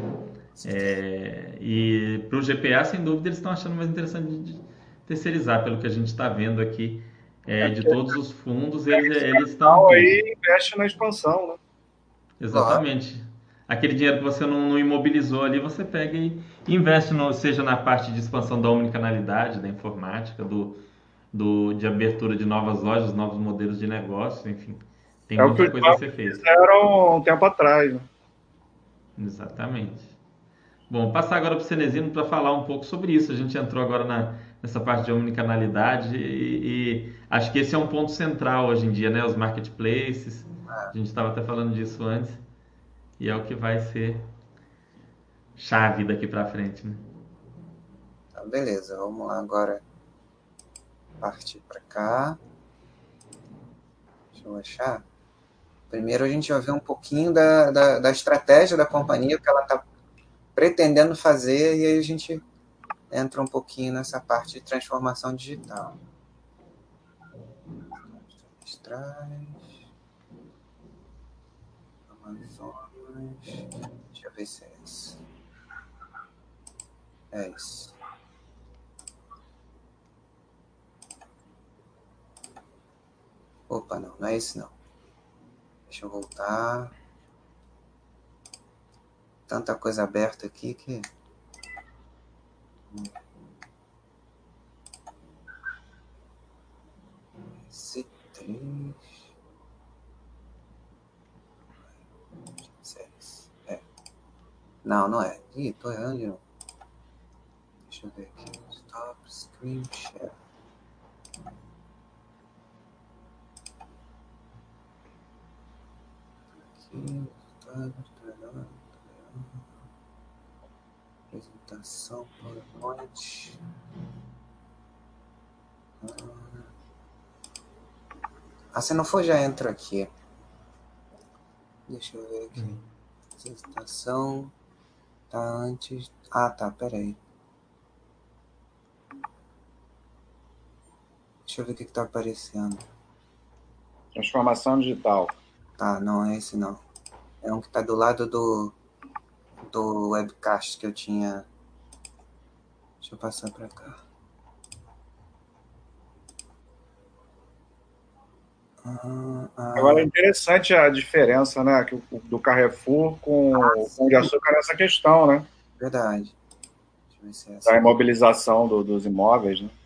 É, e para o G P A, sem dúvida, eles estão achando mais interessante de terceirizar, pelo que a gente está vendo aqui, É é, de porque todos os fundos, eles, esse eles estão capital todos. aí investe na expansão, né? Lógico. Exatamente. Aquele dinheiro que você não, não imobilizou ali, você pega e investe, no, seja na parte de expansão da omnicanalidade, da informática, do, do, de abertura de novas lojas, novos modelos de negócio, enfim. Tem É o que muita os coisa a ser bancos feita. fizeram um tempo atrás, né? Exatamente. Bom, passar agora para o Cenezino para falar um pouco sobre isso. A gente entrou agora na, nessa parte de omnicanalidade e, e acho que esse é um ponto central hoje em dia, né? Os marketplaces. A gente estava até falando disso antes e é o que vai ser chave daqui para frente, né? Então, beleza, vamos lá agora partir para cá. Deixa eu achar. Primeiro a gente vai ver um pouquinho da, da, da estratégia da companhia, o que ela está pretendendo fazer, e aí a gente entra um pouquinho nessa parte de transformação digital. Traz. Amazonas. Deixa eu ver se é isso. É isso. Opa, não, não é esse não. Deixa eu voltar. Tanta coisa aberta aqui que... Esse três... É. Não, não é. Ih, tô errando de novo. Deixa eu ver aqui. Stop Screen Share. Aqui. Apresentação PowerPoint. Ah, se não for, já entra aqui. Deixa eu ver aqui. Uhum. Apresentação. Tá antes. Ah, tá, peraí. Deixa eu ver o que, que tá aparecendo. Transformação digital. Tá, não é esse não. É um que tá do lado do, do webcast que eu tinha. Deixa eu passar pra cá. Ah, ah. Agora é interessante a diferença, né, que o, do Carrefour com ah, o Pão de Açúcar nessa questão, né? Verdade. Deixa eu ver se é essa. Da imobilização do, dos imóveis, né?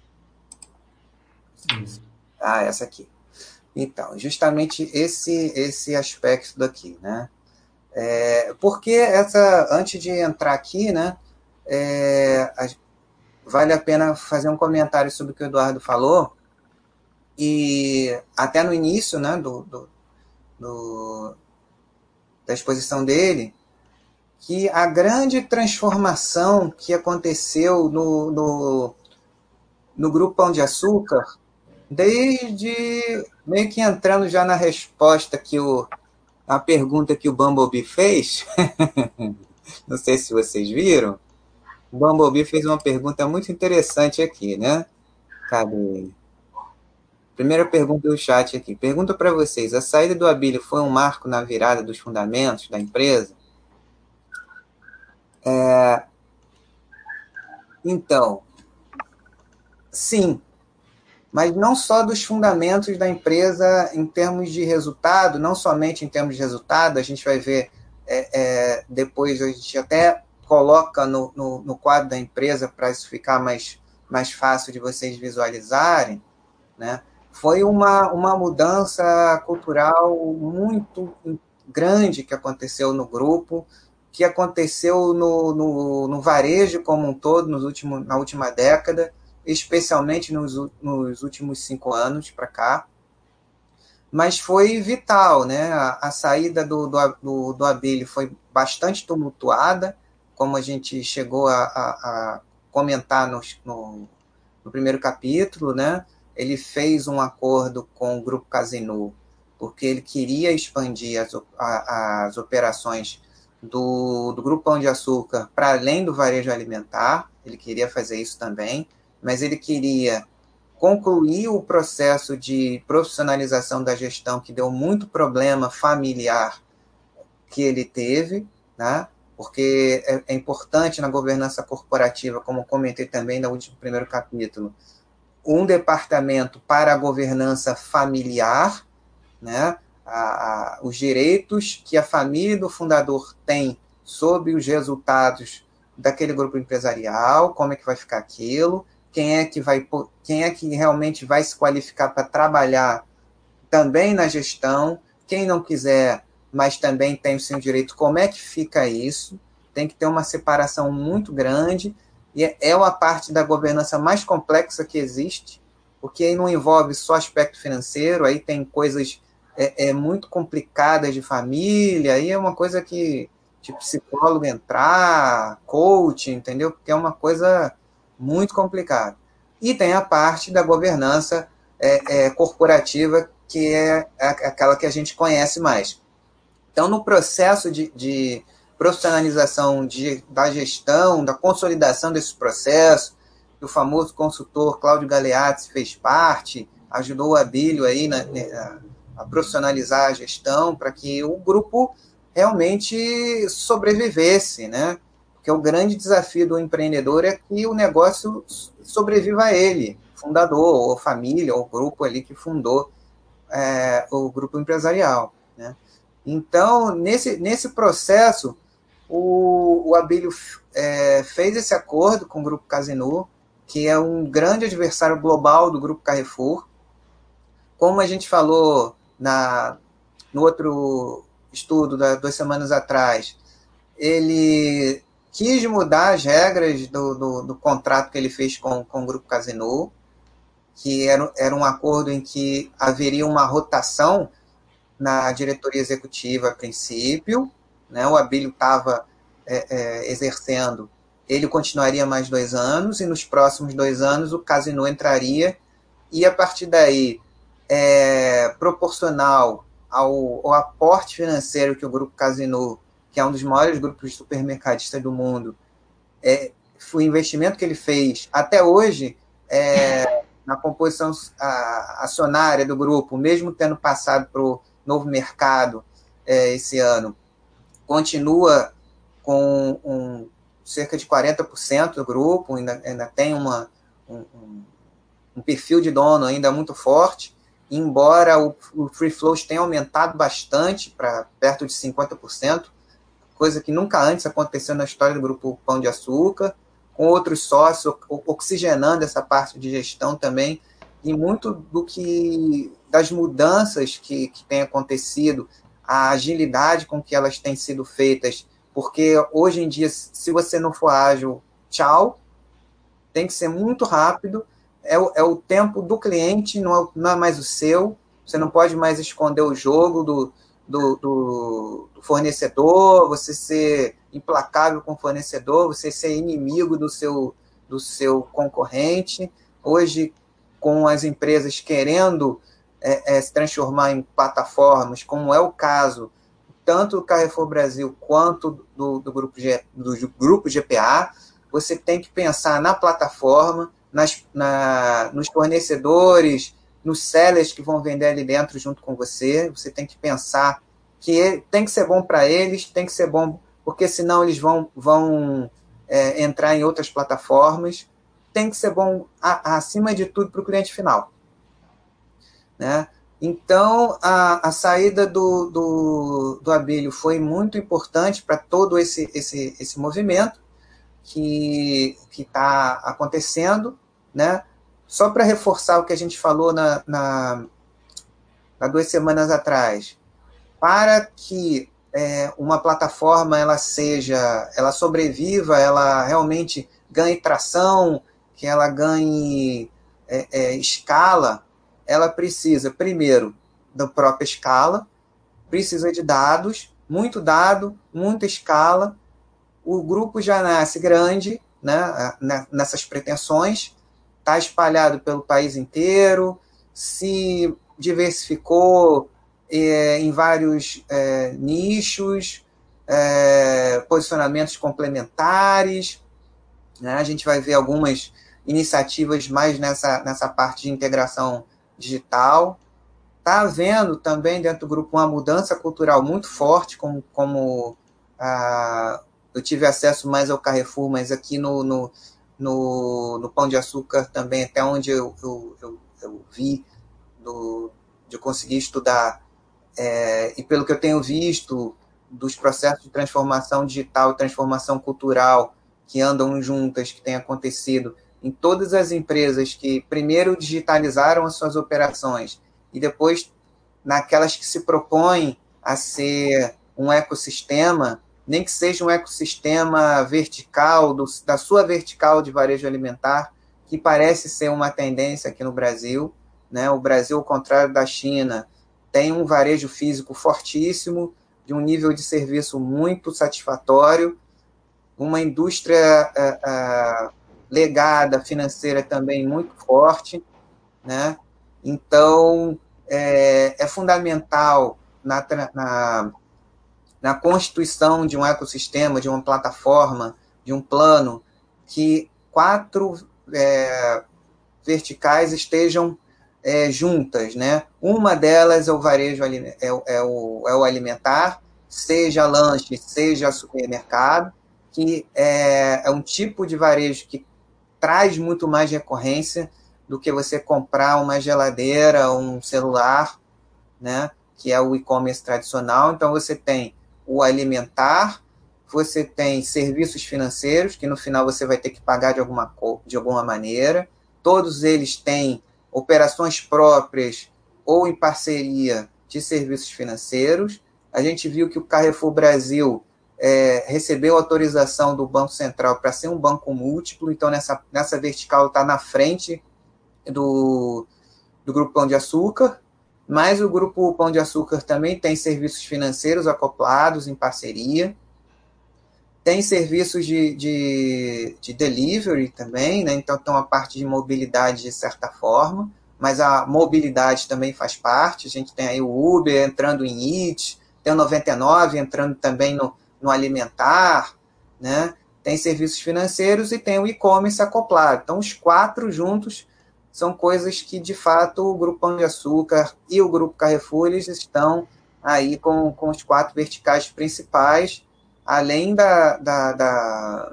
Ah, essa aqui. Então, justamente esse, esse aspecto daqui, né? É, porque essa, antes de entrar aqui, né, é, a, vale a pena fazer um comentário sobre o que o Eduardo falou, e até no início, né, do, do, do, da exposição dele, que a grande transformação que aconteceu no, no, no Grupo Pão de Açúcar, desde meio que entrando já na resposta que o, a pergunta que o Bumblebee fez, não sei se vocês viram, o Bumblebee fez uma pergunta muito interessante aqui, né? Cadê? Primeira pergunta do chat aqui. Pergunta para vocês: a saída do Abílio foi um marco na virada dos fundamentos da empresa? É, então, sim, mas não só dos fundamentos da empresa em termos de resultado, não somente em termos de resultado, a gente vai ver é, é, depois, a gente até coloca no, no, no quadro da empresa para isso ficar mais, mais fácil de vocês visualizarem, né? Foi uma, uma mudança cultural muito grande que aconteceu no grupo, que aconteceu no, no, no varejo como um todo nos últimos, na última década, especialmente nos, nos últimos cinco anos para cá, mas foi vital, né? A, a saída do, do, do Abílio foi bastante tumultuada, como a gente chegou a, a, a comentar no, no, no primeiro capítulo, né? Ele fez um acordo com o Grupo Casino, porque ele queria expandir as, a, as operações do, do Grupo Pão de Açúcar para além do varejo alimentar, ele queria fazer isso também, mas ele queria concluir o processo de profissionalização da gestão, que deu muito problema familiar que ele teve, né? Porque é, é importante na governança corporativa, como comentei também no último primeiro capítulo, um departamento para a governança familiar, né? A, a, os direitos que a família do fundador tem sobre os resultados daquele grupo empresarial, como é que vai ficar aquilo, quem é que vai, quem é que realmente vai se qualificar para trabalhar também na gestão, quem não quiser, mas também tem o seu direito, como é que fica isso? Tem que ter uma separação muito grande, e é uma parte da governança mais complexa que existe, porque aí não envolve só aspecto financeiro, aí tem coisas é, é, muito complicadas de família, aí é uma coisa que, tipo, psicólogo entrar, coach, entendeu? Porque é uma coisa muito complicada. E tem a parte da governança é, é, corporativa, que é aquela que a gente conhece mais. Então, no processo de, de profissionalização de, da gestão, da consolidação desse processo, o famoso consultor Cláudio Galeazzi fez parte, ajudou o Abílio aí na, na, a profissionalizar a gestão para que o grupo realmente sobrevivesse, né? Porque o grande desafio do empreendedor é que o negócio sobreviva a ele, fundador, ou família, ou grupo ali que fundou é, o grupo empresarial, né? Então, nesse, nesse processo, o, o Abílio é, fez esse acordo com o Grupo Casino, que é um grande adversário global do Grupo Carrefour. Como a gente falou na, no outro estudo, da, duas semanas atrás, ele quis mudar as regras do, do, do contrato que ele fez com, com o Grupo Casino, que era, era um acordo em que haveria uma rotação na diretoria executiva a princípio, né? O Abílio estava é, é, exercendo, ele continuaria mais dois anos, e nos próximos dois anos o Casino entraria, e a partir daí, é, proporcional ao, ao aporte financeiro que o Grupo Casino, que é um dos maiores grupos de supermercadistas do mundo, é, o investimento que ele fez até hoje, é, na composição a, acionária do grupo, mesmo tendo passado para o novo mercado é, esse ano, continua com um, cerca de quarenta por cento do grupo, ainda, ainda tem uma, um, um perfil de dono ainda muito forte, embora o, o free float tenha aumentado bastante para perto de cinquenta por cento, coisa que nunca antes aconteceu na história do Grupo Pão de Açúcar, com outros sócios oxigenando essa parte de gestão também, e muito do que das mudanças que, que têm acontecido, a agilidade com que elas têm sido feitas, porque hoje em dia, se você não for ágil, tchau, tem que ser muito rápido, é, o, é o tempo do cliente, não é, não é mais o seu. Você não pode mais esconder o jogo do, do, do, do fornecedor, você ser implacável com o fornecedor, você ser inimigo do seu, do seu concorrente. Hoje, com as empresas querendo é, é, se transformar em plataformas, como é o caso tanto do Carrefour Brasil quanto do, do, grupo, G, do grupo G P A, você tem que pensar na plataforma, nas, na, nos fornecedores, nos sellers que vão vender ali dentro junto com você. Você tem que pensar que tem que ser bom para eles, tem que ser bom, porque senão eles vão, vão é, entrar em outras plataformas. Tem que ser bom, a, acima de tudo, para o cliente final, né? Então, a, a saída do, do, do Abílio foi muito importante para todo esse, esse, esse movimento que está acontecendo, né? Só para reforçar o que a gente falou na, na, há duas semanas atrás, para que é, uma plataforma ela seja, ela sobreviva, ela realmente ganhe tração, que ela ganhe é, é, escala, ela precisa, primeiro, da própria escala, precisa de dados, muito dado, muita escala. O grupo já nasce grande, né, nessas pretensões, está espalhado pelo país inteiro, se diversificou é, em vários é, nichos, é, posicionamentos complementares, né? A gente vai ver algumas iniciativas mais nessa, nessa parte de integração digital. Está havendo também dentro do grupo uma mudança cultural muito forte, como, como ah, eu tive acesso mais ao Carrefour, mas aqui no, no, no, no Pão de Açúcar também, até onde eu, eu, eu, eu vi, do, de eu conseguir estudar, é, e pelo que eu tenho visto dos processos de transformação digital e transformação cultural que andam juntas, que tem acontecido em todas as empresas que primeiro digitalizaram as suas operações e depois naquelas que se propõem a ser um ecossistema, nem que seja um ecossistema vertical, do, da sua vertical de varejo alimentar, que parece ser uma tendência aqui no Brasil, né? O Brasil, ao contrário da China, tem um varejo físico fortíssimo, de um nível de serviço muito satisfatório, uma indústria uh, uh, legada, financeira também muito forte, né? Então, é, é fundamental na, na, na constituição de um ecossistema, de uma plataforma, de um plano, que quatro é, verticais estejam é, juntas, né? Uma delas é o varejo, é, é, o, é o alimentar, seja lanche, seja supermercado, que é, é um tipo de varejo que traz muito mais recorrência do que você comprar uma geladeira, um celular, né, que é o e-commerce tradicional. Então, você tem o alimentar, você tem serviços financeiros, que no final você vai ter que pagar de alguma, de alguma maneira. Todos eles têm operações próprias ou em parceria de serviços financeiros. A gente viu que o Carrefour Brasil é, recebeu autorização do Banco Central para ser um banco múltiplo, então nessa, nessa vertical está na frente do, do Grupo Pão de Açúcar, mas o Grupo Pão de Açúcar também tem serviços financeiros acoplados em parceria, tem serviços de, de, de delivery também, né? Então tem uma parte de mobilidade de certa forma, mas a mobilidade também faz parte. A gente tem aí o Uber entrando em Eats, tem o noventa e nove entrando também no, no alimentar, né? Tem serviços financeiros e tem o e-commerce acoplado. Então os quatro juntos são coisas que, de fato, o Grupo Pão de Açúcar e o Grupo Carrefour eles estão aí com, com os quatro verticais principais, além da, da, da,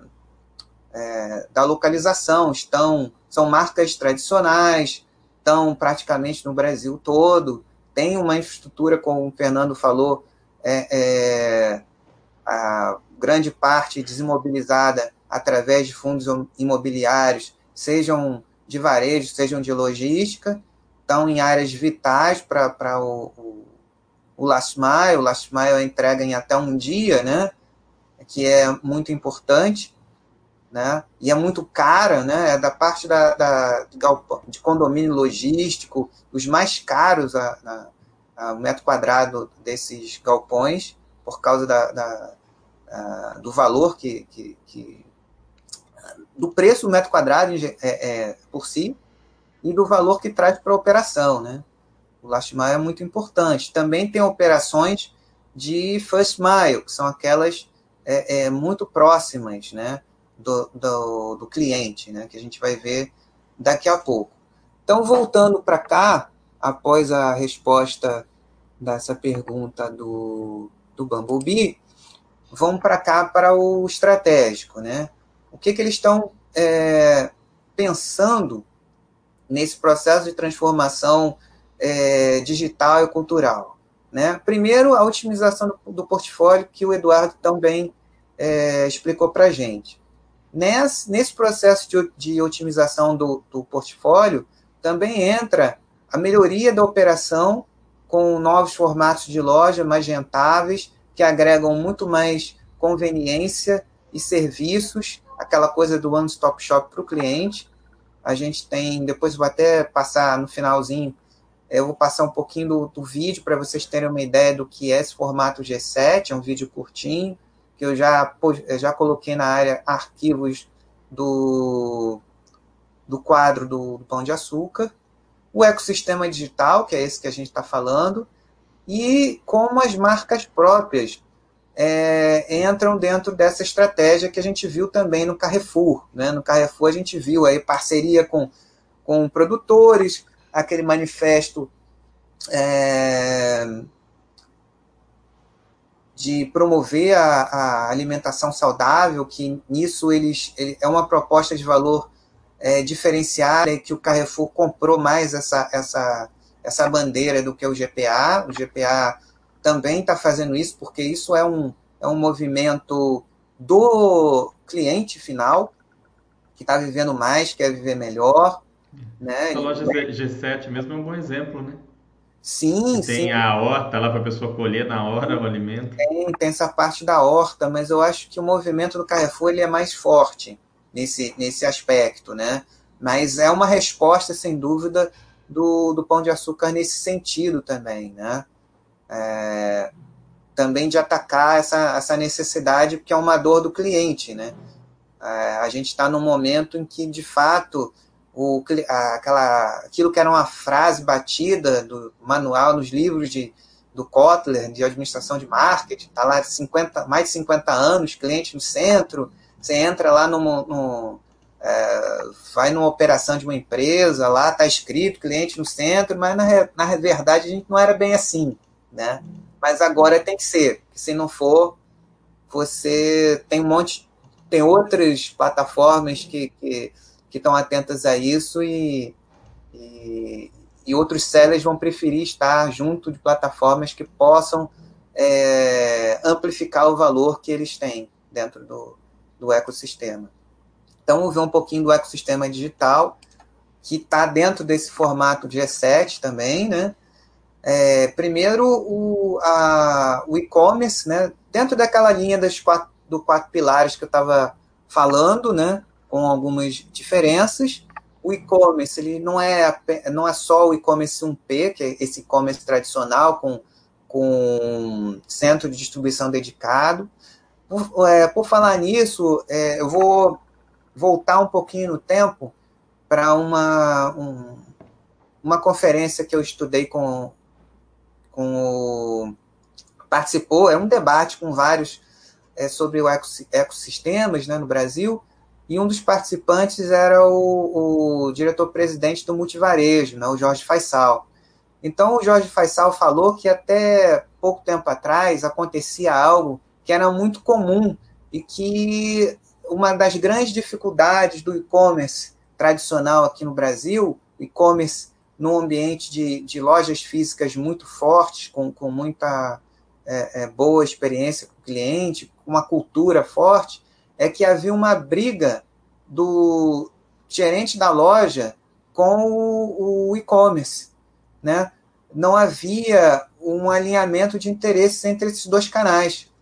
é, da localização. Estão, são marcas tradicionais, estão praticamente no Brasil todo, tem uma infraestrutura, como o Fernando falou, é, é, a grande parte desimobilizada através de fundos imobiliários, sejam de varejo, sejam de logística, estão em áreas vitais para o, o, o last mile. O last mile é entrega em até um dia, né? Que é muito importante. né? E é muito cara, né? É da parte da, da, de, galpão, de condomínio logístico, os mais caros a, a, a metro quadrado desses galpões, por causa da, da, a, do valor que, que, que do preço do metro quadrado é, é, por si e do valor que traz para a operação, né? O last mile é muito importante. Também tem operações de first mile, que são aquelas é, é, muito próximas, né, do, do, do cliente, né, que a gente vai ver daqui a pouco. Então, voltando para cá, após a resposta dessa pergunta do, do Bumblebee, vamos para cá para o estratégico, né? O que, que eles estão é, pensando nesse processo de transformação é, digital e cultural, né? Primeiro, a otimização do, do portfólio, que o Eduardo também é, explicou para a gente. Nesse, nesse processo de, de otimização do, do portfólio, também entra a melhoria da operação com novos formatos de loja mais rentáveis, que agregam muito mais conveniência e serviços, aquela coisa do one-stop shop para o cliente. A gente tem, depois vou até passar no finalzinho, eu vou passar um pouquinho do, do vídeo para vocês terem uma ideia do que é esse formato G sete, é um vídeo curtinho, que eu já, eu já coloquei na área arquivos do, do quadro do, do Pão de Açúcar, o ecossistema digital, que é esse que a gente está falando, e como as marcas próprias é, entram dentro dessa estratégia que a gente viu também no Carrefour, né? No Carrefour a gente viu aí parceria com, com produtores, aquele manifesto é, de promover a, a alimentação saudável, que nisso eles, ele, é uma proposta de valor é, diferenciada, e que o Carrefour comprou mais essa, essa, essa bandeira do que o G P A. O G P A também está fazendo isso, porque isso é um, é um movimento do cliente final, que está vivendo mais, quer viver melhor. Né? Essa loja G sete mesmo é um bom exemplo, né? Sim, Que tem sim. a horta lá para a pessoa colher na hora o alimento. Tem, tem essa parte da horta, mas eu acho que o movimento do Carrefour ele é mais forte nesse, nesse aspecto, né? Mas é uma resposta, sem dúvida, do, do Pão de Açúcar nesse sentido também, né? É, também de atacar essa, essa necessidade, porque é uma dor do cliente, né? É, a gente está num momento em que, de fato, o, aquela, aquilo que era uma frase batida do manual nos livros de, do Kotler, de administração de marketing, está lá cinquenta, mais de cinquenta anos, cliente no centro, você entra lá numa, num, é, vai numa operação de uma empresa, lá está escrito cliente no centro, mas na, na verdade a gente não era bem assim, né? Mas agora tem que ser, se não for, você tem um monte, tem outras plataformas que, que, que estão atentas a isso e, e, e outros sellers vão preferir estar junto de plataformas que possam é, amplificar o valor que eles têm dentro do, do ecossistema. Então, vamos ver um pouquinho do ecossistema digital, que está dentro desse formato G sete também, né? É, primeiro, o, a, o e-commerce, né? Dentro daquela linha das quatro, do quatro pilares que eu estava falando, né? Com algumas diferenças. O e-commerce ele não é, não é só o e-commerce um P, que é esse e-commerce tradicional com, com centro de distribuição dedicado. Por, é, por falar nisso, é, eu vou voltar um pouquinho no tempo para uma, um, uma conferência que eu estudei com, com o... participou, é um debate com vários é, sobre o ecossistemas, né, no Brasil, e um dos participantes era o, o diretor-presidente do Multivarejo, né, o Jorge Faisal. Então, o Jorge Faisal falou que até pouco tempo atrás acontecia algo que era muito comum e que uma das grandes dificuldades do e-commerce tradicional aqui no Brasil, e-commerce num ambiente de, de lojas físicas muito fortes, com, com muita é, é, boa experiência com o cliente, com uma cultura forte, é que havia uma briga do gerente da loja com o, o e-commerce, né? Não havia um alinhamento de interesses entre esses dois canais.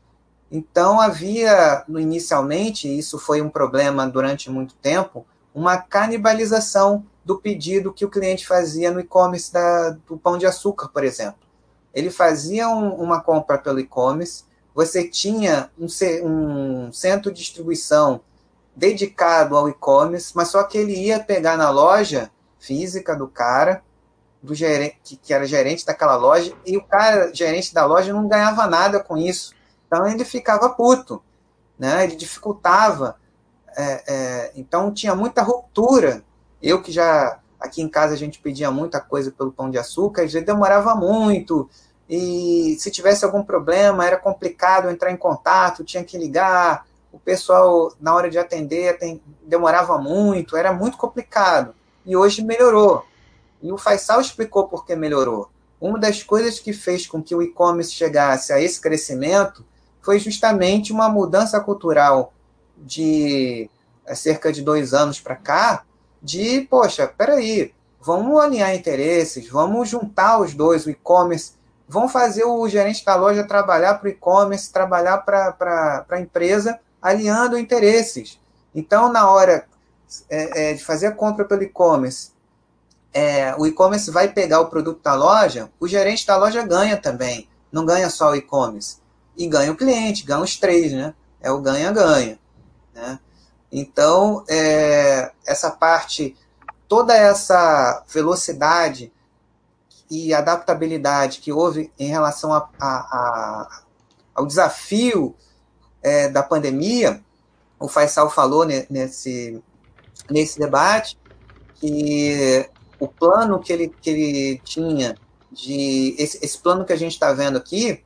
Então, havia, inicialmente, isso foi um problema durante muito tempo, uma canibalização do pedido que o cliente fazia no e-commerce da, do Pão de Açúcar, por exemplo. Ele fazia um, uma compra pelo e-commerce, você tinha um, um centro de distribuição dedicado ao e-commerce, mas só que ele ia pegar na loja física do cara, do gerente, que, que era gerente daquela loja, e o cara, gerente da loja, não ganhava nada com isso. Então ele ficava puto, né? Ele dificultava. É, é, então tinha muita ruptura. Eu que já, aqui em casa a gente pedia muita coisa pelo Pão de Açúcar, às vezes demorava muito, e se tivesse algum problema, era complicado entrar em contato, tinha que ligar, o pessoal, na hora de atender, tem, demorava muito, era muito complicado. E hoje melhorou. E o Faisal explicou por que melhorou. Uma das coisas que fez com que o e-commerce chegasse a esse crescimento foi justamente uma mudança cultural de cerca de dois anos para cá, de, poxa, peraí, vamos alinhar interesses, vamos juntar os dois, o e-commerce, vamos fazer o gerente da loja trabalhar para o e-commerce, trabalhar para a empresa, alinhando interesses. Então, na hora é, é, de fazer a compra pelo e-commerce, é, o e-commerce vai pegar o produto da loja, o gerente da loja ganha também, não ganha só o e-commerce. E ganha o cliente, ganha os três, né? É o ganha-ganha. Né? Então, é, essa parte, toda essa velocidade e adaptabilidade que houve em relação a, a, a, ao desafio é, da pandemia, o Faisal falou nesse, nesse debate que o plano que ele, que ele tinha, de esse, esse plano que a gente está vendo aqui,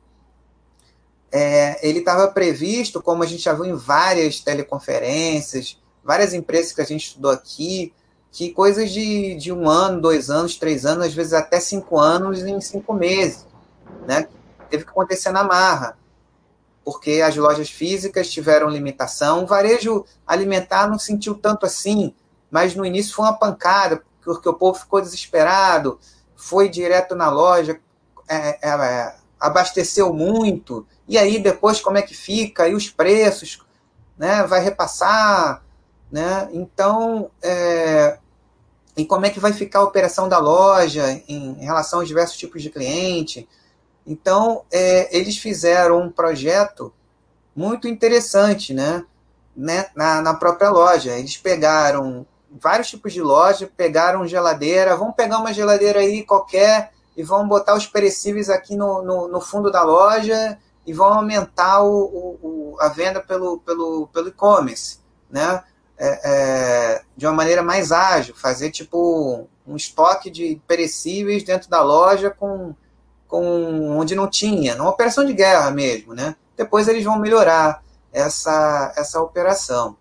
é, ele estava previsto, como a gente já viu em várias teleconferências, várias empresas que a gente estudou aqui, que coisas de, de um ano, dois anos, três anos, às vezes até cinco anos em cinco meses, né? Teve que acontecer na marra, porque as lojas físicas tiveram limitação, o varejo alimentar não sentiu tanto assim, mas no início foi uma pancada, porque o povo ficou desesperado, foi direto na loja, é, é, abasteceu muito, e aí depois como é que fica, e os preços, né, vai repassar, né, então, é, e como é que vai ficar a operação da loja em, em relação aos diversos tipos de cliente. Então, é, eles fizeram um projeto muito interessante, né, né na, na própria loja. Eles pegaram vários tipos de loja, pegaram geladeira, vamos pegar uma geladeira aí qualquer e vão botar os perecíveis aqui no, no, no fundo da loja e vão aumentar o, o, a venda pelo, pelo, pelo e-commerce, né? É, é, de uma maneira mais ágil, fazer tipo um estoque de perecíveis dentro da loja com, com onde não tinha, numa operação de guerra mesmo, né? Depois eles vão melhorar essa, essa operação.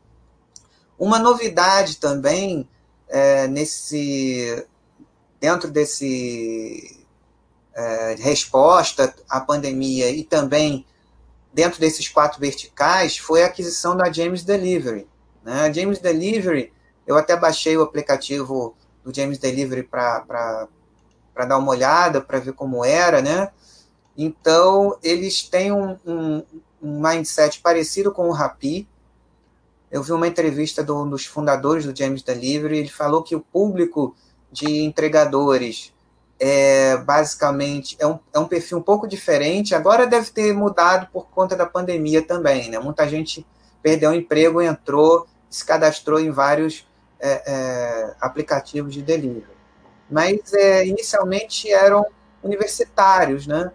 Uma novidade também é, nesse, dentro desse é, resposta à pandemia e também dentro desses quatro verticais foi a aquisição da James Delivery. Né? A James Delivery, eu até baixei o aplicativo do James Delivery para dar uma olhada, para ver como era, né? Então, eles têm um, um, um mindset parecido com o Rappi. Eu vi uma entrevista de um dos fundadores do James Delivery, ele falou que o público de entregadores é basicamente é um, é um perfil um pouco diferente. Agora deve ter mudado por conta da pandemia também, né? Muita gente perdeu o emprego, entrou, se cadastrou em vários é, é, aplicativos de delivery. Mas é, inicialmente eram universitários, né?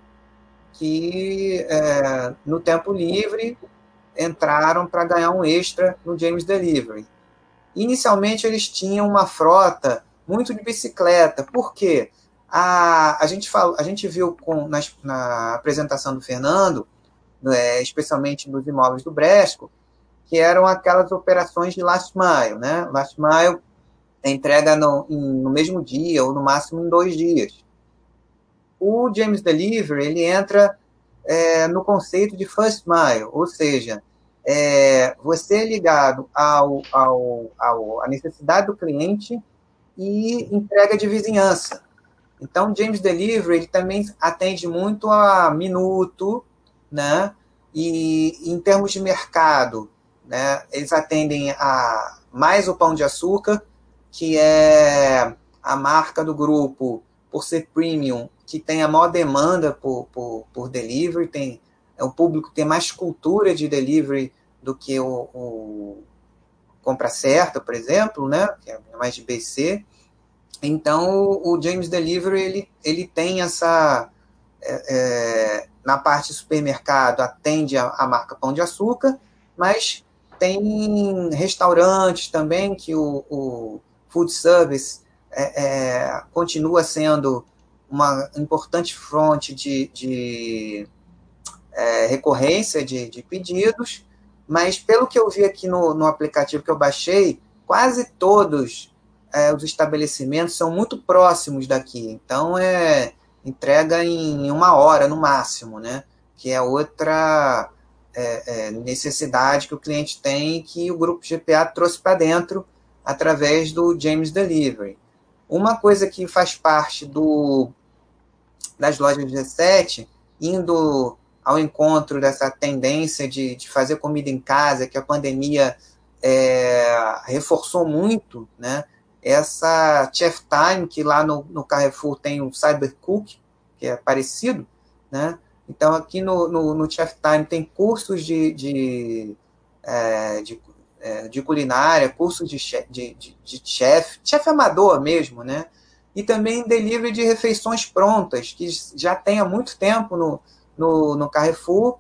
Que é, no tempo livre entraram para ganhar um extra no James Delivery. Inicialmente, eles tinham uma frota muito de bicicleta. Por quê? A, a, gente, falou, a gente viu com, na, na apresentação do Fernando, é, especialmente dos imóveis do Bresco, que eram aquelas operações de last mile. Né? Last mile é entrega no, em, no mesmo dia ou no máximo em dois dias. O James Delivery ele entra É, no conceito de first mile, ou seja, é, você é ligado ao, ao, ao, à necessidade do cliente e entrega de vizinhança. Então, James Delivery ele também atende muito a minuto, né? E em termos de mercado, né, eles atendem a mais o Pão de Açúcar, que é a marca do grupo, por ser premium, que tem a maior demanda por, por, por delivery, tem, é o público que tem mais cultura de delivery do que o, o Compra Certa, por exemplo, né, que é mais de B C. Então, o, o James Delivery, ele, ele tem essa... É, é, na parte supermercado, atende a, a marca Pão de Açúcar, mas tem restaurantes também que o, o food service é, é, continua sendo uma importante fonte de, de é, recorrência de, de pedidos, mas pelo que eu vi aqui no, no aplicativo que eu baixei, quase todos é, os estabelecimentos são muito próximos daqui, então é entrega em uma hora no máximo, né? Que é outra é, é, necessidade que o cliente tem, que o grupo G P A trouxe para dentro através do James Delivery. Uma coisa que faz parte do, das lojas G sete, indo ao encontro dessa tendência de, de fazer comida em casa, que a pandemia é, reforçou muito, né? Essa Chef Time, que lá no, no Carrefour tem o Cybercook, que é parecido, né? Então, aqui no, no, no Chef Time tem cursos de, de, é, de, é, de culinária, cursos de chef, de, de, de chef, chef amador mesmo, né? E também delivery de refeições prontas, que já tem há muito tempo no, no, no Carrefour,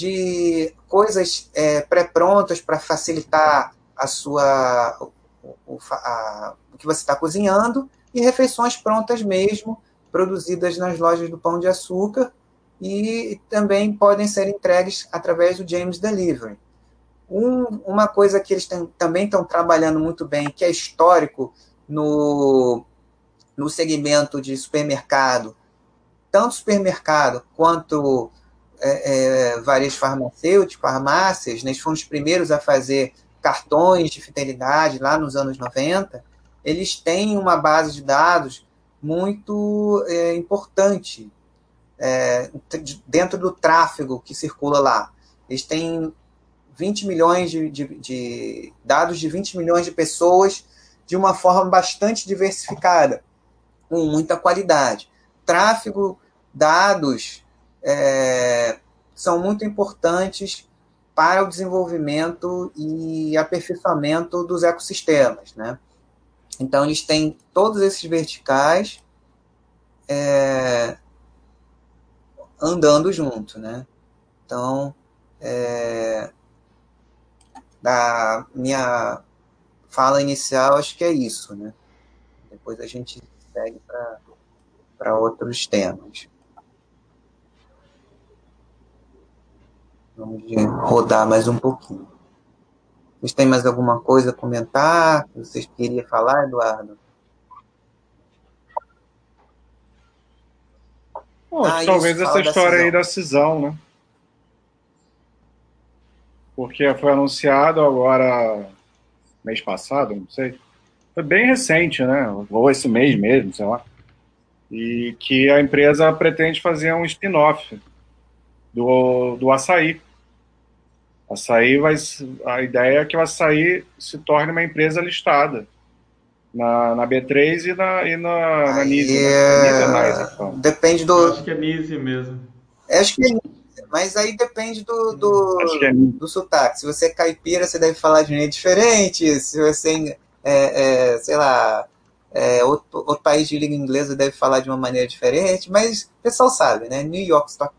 de coisas é, pré-prontas para facilitar a sua... O, a, o que você está cozinhando, e refeições prontas mesmo, produzidas nas lojas do Pão de Açúcar, e também podem ser entregues através do James Delivery. Um, uma coisa que eles tem, também estão trabalhando muito bem, que é histórico no, no segmento de supermercado, tanto supermercado quanto é, é, varejo farmacêutico, farmácias, né, eles foram os primeiros a fazer cartões de fidelidade lá nos anos noventa, eles têm uma base de dados muito é, importante é, dentro do tráfego que circula lá. Eles têm vinte milhões de, de, de dados de vinte milhões de pessoas de uma forma bastante diversificada, com muita qualidade. Tráfego, dados é, são muito importantes para o desenvolvimento e aperfeiçoamento dos ecossistemas, né? Então, eles têm todos esses verticais é, andando junto, né? Então, é, da minha fala inicial, acho que é isso, né? Depois a gente segue para outros temas. Vamos rodar mais um pouquinho. Vocês têm mais alguma coisa a comentar? Que vocês queriam falar, Eduardo? Bom, ah, talvez essa história aí da cisão, né? Porque foi anunciado agora, mês passado, não sei. Foi bem recente, né? Ou esse mês mesmo, sei lá. E que a empresa pretende fazer um spin-off do, do Açaí. Açaí vai, a ideia é que o Açaí se torne uma empresa listada na, na B três e na, e na, na Nise. É... Né? Nise, então. Depende do... Eu acho que é Nise mesmo. Acho que é Nise, mas aí depende do, do, é do sotaque. Se você é caipira, você deve falar de um jeito diferente. Se você é, é sei lá, é, outro, outro país de língua inglesa deve falar de uma maneira diferente, mas o pessoal sabe, né? New York Stock.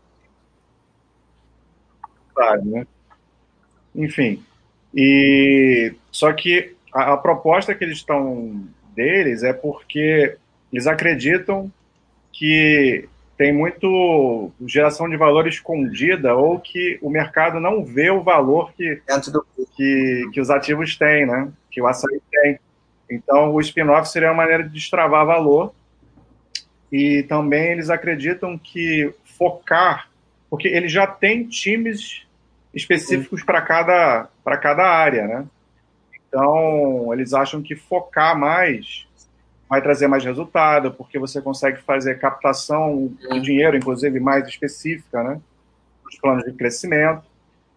Sabe, né? Enfim, e só que a, a proposta que eles estão deles é porque eles acreditam que tem muito geração de valor escondida ou que o mercado não vê o valor que, que, que os ativos têm, né? Que o Açaí tem. Então, o spin-off seria uma maneira de destravar valor, e também eles acreditam que focar, porque eles já têm times específicos para cada, para cada área, né? Então, eles acham que focar mais vai trazer mais resultado, porque você consegue fazer captação de dinheiro, inclusive mais específica, né? Os planos de crescimento.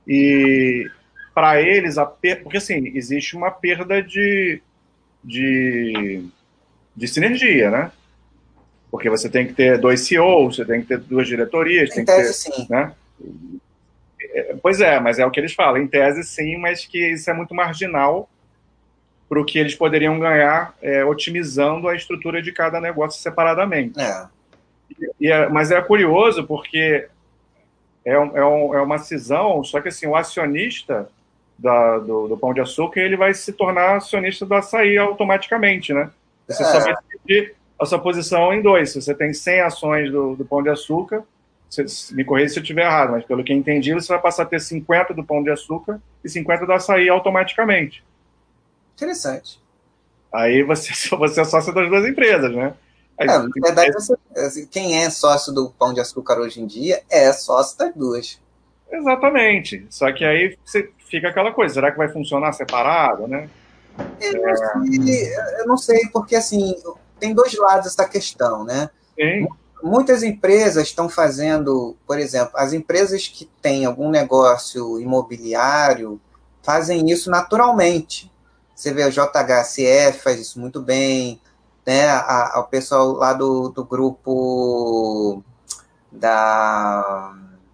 E para eles, a per... porque assim, existe uma perda de, de, de sinergia, né? Porque você tem que ter dois C E Os, você tem que ter duas diretorias, Em tem que tese, ter, sim. né? Pois é, mas é o que eles falam, em tese sim, mas que isso é muito marginal para o que eles poderiam ganhar é, otimizando a estrutura de cada negócio separadamente. É. E é, mas é curioso porque é, um, é, um, é uma cisão, só que assim, o acionista da, do, do Pão de Açúcar ele vai se tornar acionista do Açaí automaticamente, né? Você só vai É. dividir a sua posição em dois. Se você tem cem ações do, do Pão de Açúcar, você, me corrija se eu estiver errado, mas pelo que eu entendi, você vai passar a ter cinquenta do Pão de Açúcar e cinquenta do Açaí automaticamente. Interessante. Aí você, você é sócio das duas empresas, né? Aí, É, na verdade, você, quem é sócio do Pão de Açúcar hoje em dia é sócio das duas. exatamente. Só que aí você fica aquela coisa, será que vai funcionar separado, né? Eu não sei, eu não sei, porque assim, tem dois lados essa questão, né? Sim. Muitas empresas estão fazendo, por exemplo, as empresas que têm algum negócio imobiliário fazem isso naturalmente. Você vê o J H S F faz isso muito bem, né? A, a, o pessoal lá do, do grupo da,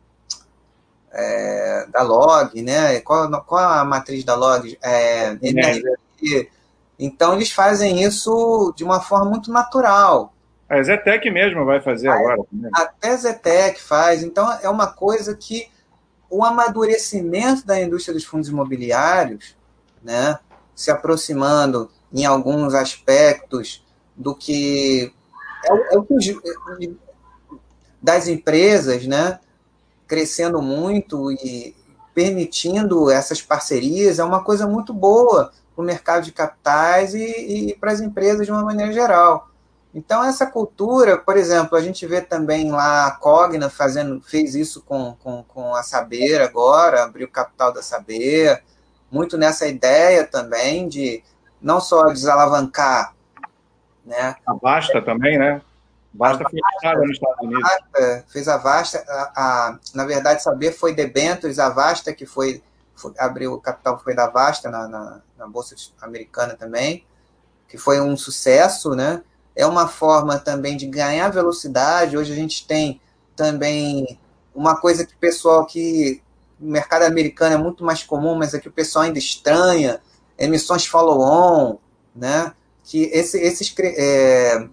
é, da Log, né? Qual, qual a matriz da Log? É, N R P. Então, eles fazem isso de uma forma muito natural. A Zetec mesmo vai fazer agora. Né? Até a Zetec faz. Então, é uma coisa que o amadurecimento da indústria dos fundos imobiliários, né, se aproximando em alguns aspectos do que é, é o que das empresas, né, crescendo muito e permitindo essas parcerias, é uma coisa muito boa para o mercado de capitais e, e para as empresas de uma maneira geral. Então, essa cultura, por exemplo, a gente vê também lá a Cogna fazendo, fez isso com, com, com a Saber agora, abriu o capital da Saber, muito nessa ideia também de não só desalavancar, né? A Vasta também, né? Vasta foi listada nos Estados Unidos. Vasta, fez a Vasta, a, a, na verdade, Saber foi debêntures, a Vasta que foi, foi abriu o capital foi da Vasta na, na, na Bolsa Americana também, que foi um sucesso, né? É uma forma também de ganhar velocidade. Hoje a gente tem também uma coisa que o pessoal que no mercado americano é muito mais comum, mas é que o pessoal ainda estranha, emissões follow-on, né? Que esse, esses, é,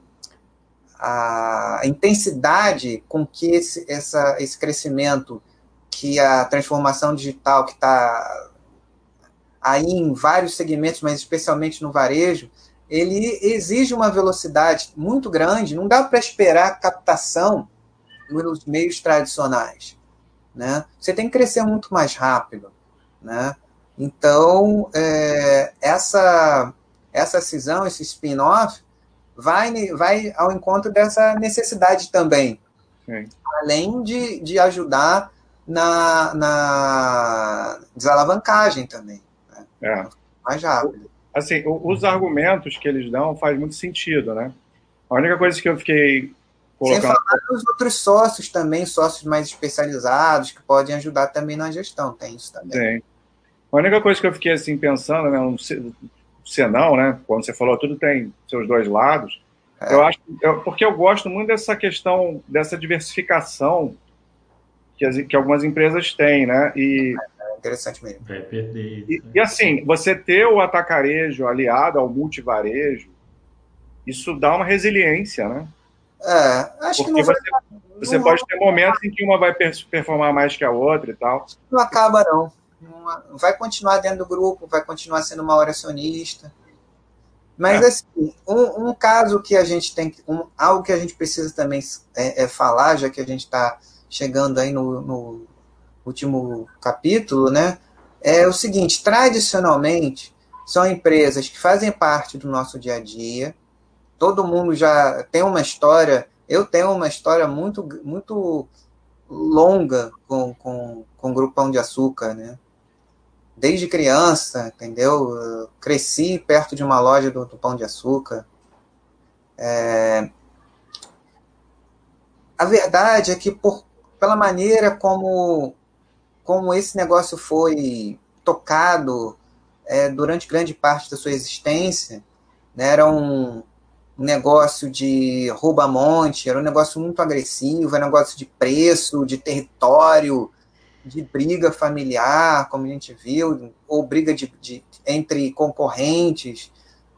a intensidade com que esse, essa, esse crescimento, que a transformação digital que está aí em vários segmentos, mas especialmente no varejo, ele exige uma velocidade muito grande, não dá para esperar captação nos meios tradicionais, né? Você tem que crescer muito mais rápido, né? Então, é, essa, essa cisão, esse spin-off, vai, vai ao encontro dessa necessidade também, Sim. além de, de ajudar na, na desalavancagem também, né? É. Mais rápido. Assim, os argumentos que eles dão faz muito sentido, né? A única coisa que eu fiquei colocando... Sem falar dos outros sócios também, sócios mais especializados, que podem ajudar também na gestão, tem isso também. Sim. A única coisa que eu fiquei assim pensando, né, um senão, né, quando você falou, tudo tem seus dois lados, é. eu acho, eu, porque eu gosto muito dessa questão, dessa diversificação que, as, que algumas empresas têm, né, e... É interessante mesmo. Vai perder isso. E, e assim, você ter o atacarejo aliado ao multivarejo, isso dá uma resiliência, né? É, acho porque que não você, vai, você não pode vai, ter momentos em que uma vai performar mais que a outra e tal. Não acaba, não. Vai continuar dentro do grupo, vai continuar sendo uma hora acionista. Mas, é. assim, um, um caso que a gente tem, um, algo que a gente precisa também é, é falar, já que a gente está chegando aí no, no último capítulo, né? É o seguinte, tradicionalmente, são empresas que fazem parte do nosso dia a dia, todo mundo já tem uma história, eu tenho uma história muito, muito longa com, com, com o Grupo Pão de Açúcar, né? Desde criança, entendeu? Eu cresci perto de uma loja do, do Pão de Açúcar. É... A verdade é que, por, pela maneira como como esse negócio foi tocado é, durante grande parte da sua existência, né, era um, um negócio de rouba-monte, era um negócio muito agressivo, era um negócio de preço, de território, de briga familiar, como a gente viu, ou briga de, de, entre concorrentes,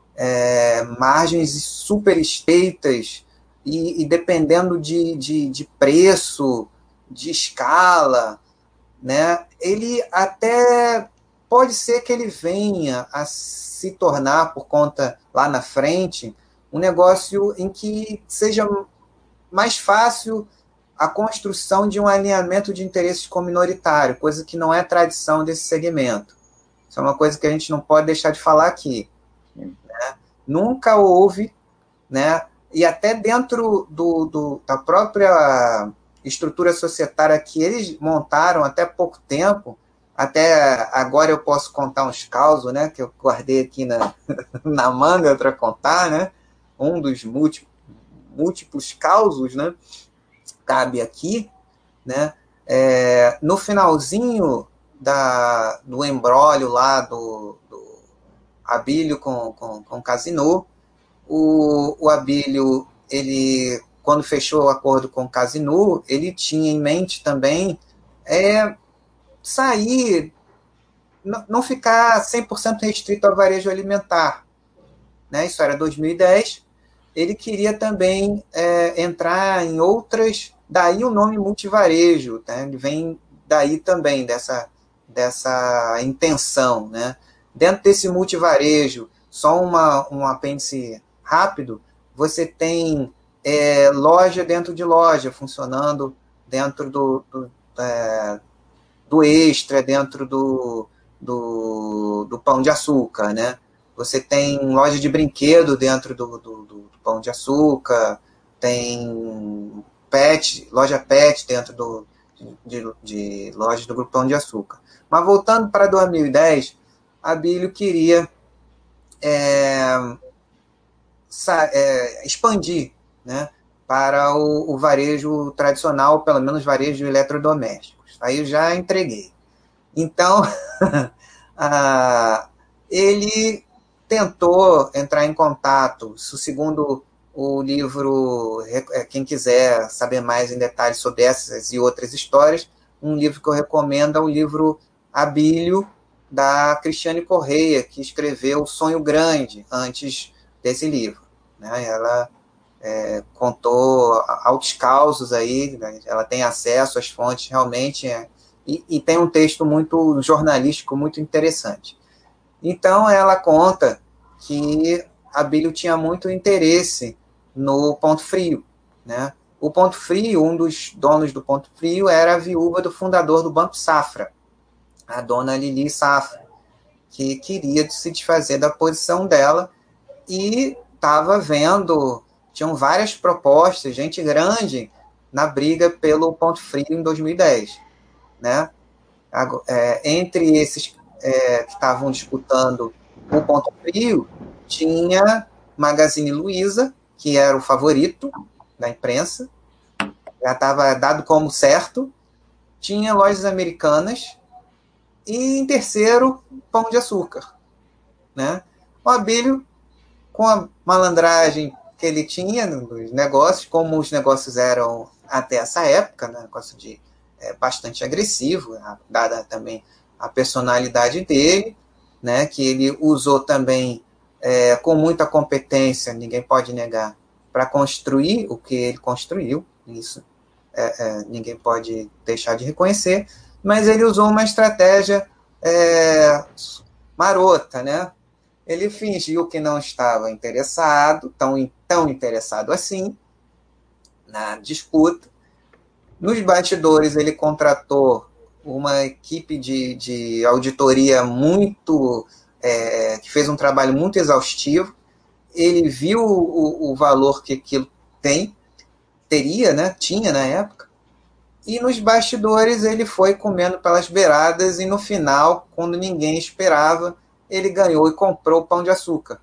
é, margens super estreitas, e, e dependendo de, de, de preço, de escala, né, ele até pode ser que ele venha a se tornar, por conta lá na frente, um negócio em que seja mais fácil a construção de um alinhamento de interesses com o minoritário, coisa que não é tradição desse segmento. Isso é uma coisa que a gente não pode deixar de falar aqui. Né? Nunca houve, né, e até dentro do, do, da própria estrutura societária que eles montaram até pouco tempo, até agora eu posso contar uns causos, né, que eu guardei aqui na, na manga para contar, né, um dos múltiplos, múltiplos causos, né, cabe aqui, né, é, no finalzinho da, do embrólio lá do, do Abílio com, com, com Casino, o, o Abílio, ele, quando fechou o acordo com o Casino, ele tinha em mente também é, sair, não, não ficar cem por cento restrito ao varejo alimentar. Né? Isso era dois mil e dez. Ele queria também é, entrar em outras, daí o nome multivarejo, né? Ele vem daí também, dessa, dessa intenção. Né? Dentro desse multivarejo, só uma, um apêndice rápido, você tem é, loja dentro de loja, funcionando dentro do, do, é, do Extra, dentro do, do, do Pão de Açúcar, né? Você tem loja de brinquedo dentro do, do, do Pão de Açúcar, tem pet, loja pet dentro do, de, de lojas do Grupo Pão de Açúcar. Mas voltando para dois mil e dez, a Abílio queria é, é, expandir, né, para o, o varejo tradicional, pelo menos varejo de eletrodomésticos. Aí eu já entreguei. Então, a, ele tentou entrar em contato, segundo o livro, quem quiser saber mais em detalhes sobre essas e outras histórias, um livro que eu recomendo é o livro Abílio, da Cristiane Correia, que escreveu O Sonho Grande, antes desse livro. Né? Ela é, contou altos causos aí, né? Ela tem acesso às fontes realmente, é, e, e tem um texto muito jornalístico, muito interessante. Então, ela conta que Abílio tinha muito interesse no Ponto Frio. Né? O Ponto Frio, um dos donos do Ponto Frio, era a viúva do fundador do Banco Safra, a dona Lili Safra, que queria se desfazer da posição dela e estava vendo, tinham várias propostas, gente grande, na briga pelo Ponto Frio em dois mil e dez. Né? É, entre esses é, que estavam disputando o Ponto Frio, tinha Magazine Luiza, que era o favorito da imprensa, já estava dado como certo, tinha Lojas Americanas, e em terceiro, Pão de Açúcar. Né? O Abílio, com a malandragem que ele tinha nos negócios, como os negócios eram até essa época, né? Negócio de é, bastante agressivo, dada também a personalidade dele, né? Que ele usou também é, com muita competência, ninguém pode negar, para construir o que ele construiu, isso é, é, ninguém pode deixar de reconhecer, mas ele usou uma estratégia é, marota, né? Ele fingiu que não estava interessado, tão, tão interessado assim, na disputa. Nos bastidores, ele contratou uma equipe de, de auditoria muito, é, que fez um trabalho muito exaustivo. Ele viu o, o valor que aquilo tem, teria, né? Tinha na época. E nos bastidores ele foi comendo pelas beiradas e no final, quando ninguém esperava, ele ganhou e comprou o Pão de Açúcar.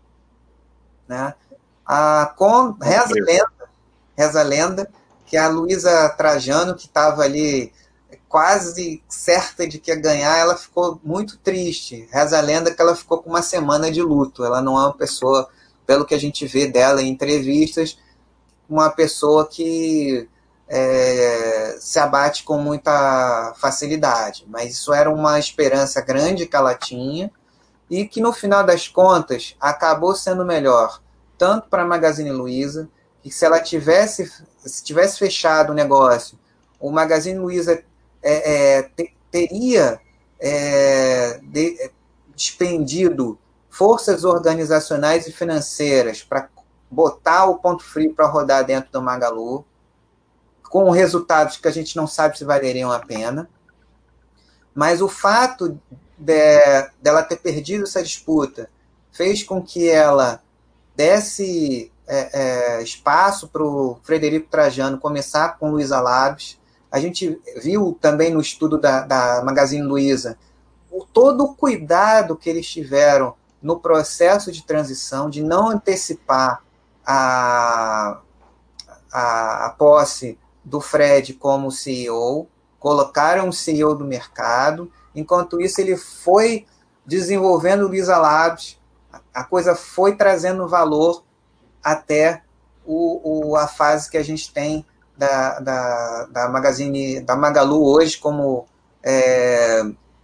Né? A, com, reza, a lenda, reza a lenda que a Luísa Trajano, que estava ali quase certa de que ia ganhar, ela ficou muito triste. Reza a lenda que ela ficou com uma semana de luto. Ela não é uma pessoa, pelo que a gente vê dela em entrevistas, uma pessoa que é, se abate com muita facilidade. Mas isso era uma esperança grande que ela tinha e que, no final das contas, acabou sendo melhor, tanto para a Magazine Luiza, que se ela tivesse, se tivesse fechado o negócio, o Magazine Luiza é, é, te, teria é, de, despendido forças organizacionais e financeiras para botar o Ponto Frio para rodar dentro do Magalu, com resultados que a gente não sabe se valeriam a pena. Mas o fato de, dela ter perdido essa disputa fez com que ela desse é, é, espaço para o Frederico Trajano começar com Luiza Labs. A gente viu também no estudo da, da Magazine Luiza o, todo o cuidado que eles tiveram no processo de transição, de não antecipar a, a, a posse do Fred como C E O, colocaram o C E O do mercado, enquanto isso ele foi desenvolvendo o Luiza Labs, a coisa foi trazendo valor até o, o, a fase que a gente tem da, da, da Magazine, da Magalu hoje como é,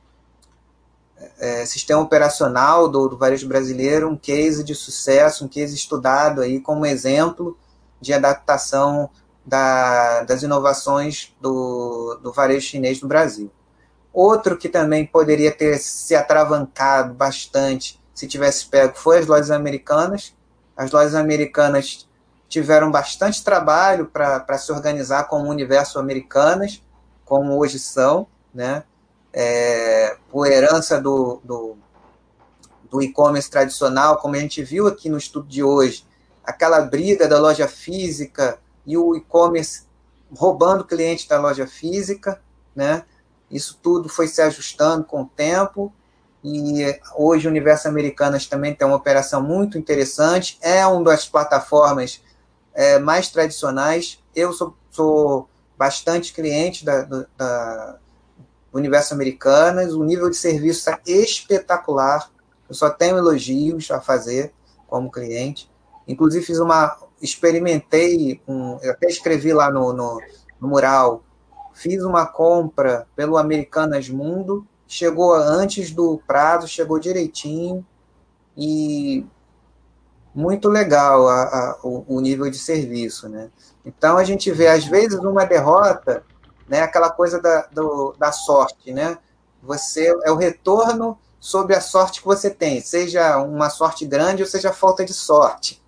é, sistema operacional do, do varejo brasileiro, um case de sucesso, um case estudado aí como exemplo de adaptação da, das inovações do, do varejo chinês no Brasil. Outro que também poderia ter se atravancado bastante se tivesse pego foi as lojas americanas. As lojas americanas tiveram bastante trabalho para se organizar como universo americanas, como hoje são, né? É, por herança do, do, do e-commerce tradicional, como a gente viu aqui no estudo de hoje, aquela briga da loja física e o e-commerce roubando cliente da loja física, né? Isso tudo foi se ajustando com o tempo, e hoje o Universo Americanas também tem uma operação muito interessante, é uma das plataformas é, mais tradicionais. Eu sou, sou bastante cliente da, da Universo Americanas, o nível de serviço é espetacular, eu só tenho elogios a fazer como cliente. Inclusive fiz uma, experimentei, um, eu até escrevi lá no, no, no mural, fiz uma compra pelo Americanas Mundo, chegou antes do prazo, chegou direitinho, e muito legal a, a, o, o nível de serviço, né? Então a gente vê, às vezes, uma derrota, né, aquela coisa da, do, da sorte, né? Você, é o retorno sobre a sorte que você tem, seja uma sorte grande ou seja falta de sorte.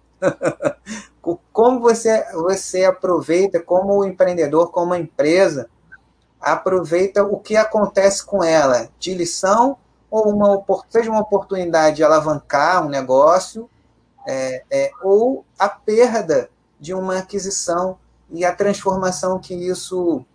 Como você, você aproveita, como o empreendedor, como a empresa, aproveita o que acontece com ela, de lição, ou uma, seja uma oportunidade de alavancar um negócio, é, é, ou a perda de uma aquisição e a transformação que isso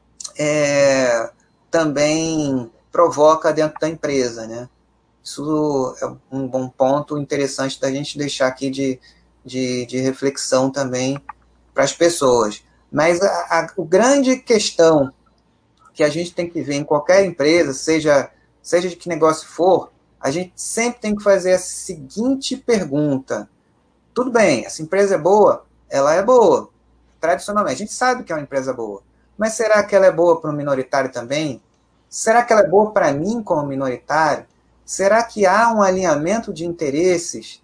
é, também provoca dentro da empresa, né? Isso é um bom ponto interessante da gente deixar aqui de, de, de reflexão também para as pessoas. Mas a, a, a grande questão que a gente tem que ver em qualquer empresa, seja, seja de que negócio for, a gente sempre tem que fazer a seguinte pergunta. Tudo bem, essa empresa é boa? Ela é boa. Tradicionalmente, a gente sabe que é uma empresa boa. Mas será que ela é boa para um minoritário também? Será que ela é boa para mim como minoritário? Será que há um alinhamento de interesses?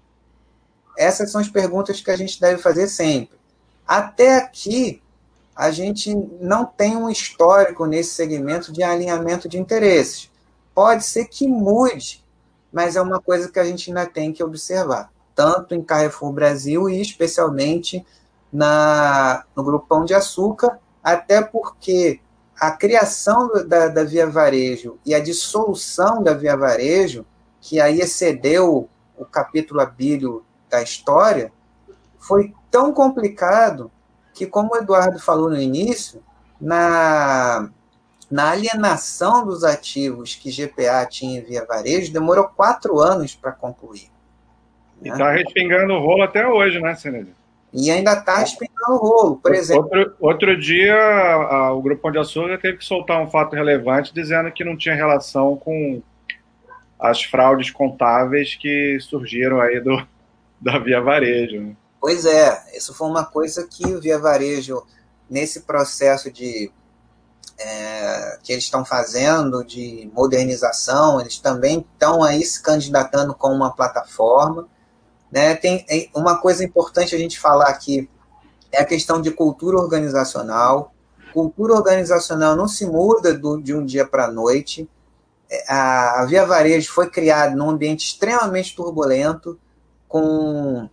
Essas são as perguntas que a gente deve fazer sempre. Até aqui, a gente não tem um histórico nesse segmento de alinhamento de interesses. Pode ser que mude, mas é uma coisa que a gente ainda tem que observar, tanto em Carrefour Brasil e especialmente na, no Grupo Pão de Açúcar, até porque a criação da, da Via Varejo e a dissolução da Via Varejo, que aí excedeu o capítulo Abílio da história, foi tão complicado que, como o Eduardo falou no início, na, na alienação dos ativos que G P A tinha em Via Varejo, demorou quatro anos para concluir. E está né? respingando o rolo até hoje, né, Senedito? E ainda está respingando o rolo, por exemplo. Outro, outro dia, a, o Grupo Pão de Açúcar teve que soltar um fato relevante dizendo que não tinha relação com as fraudes contábeis que surgiram aí do, da Via Varejo. Né? Pois é, isso foi uma coisa que o Via Varejo, nesse processo de é, que eles estão fazendo de modernização, eles também estão aí se candidatando como uma plataforma. Né? Tem uma coisa importante a gente falar aqui, é a questão de cultura organizacional. Cultura organizacional não se muda do, de um dia para a noite. A, a Via Varejo foi criada num ambiente extremamente turbulento, com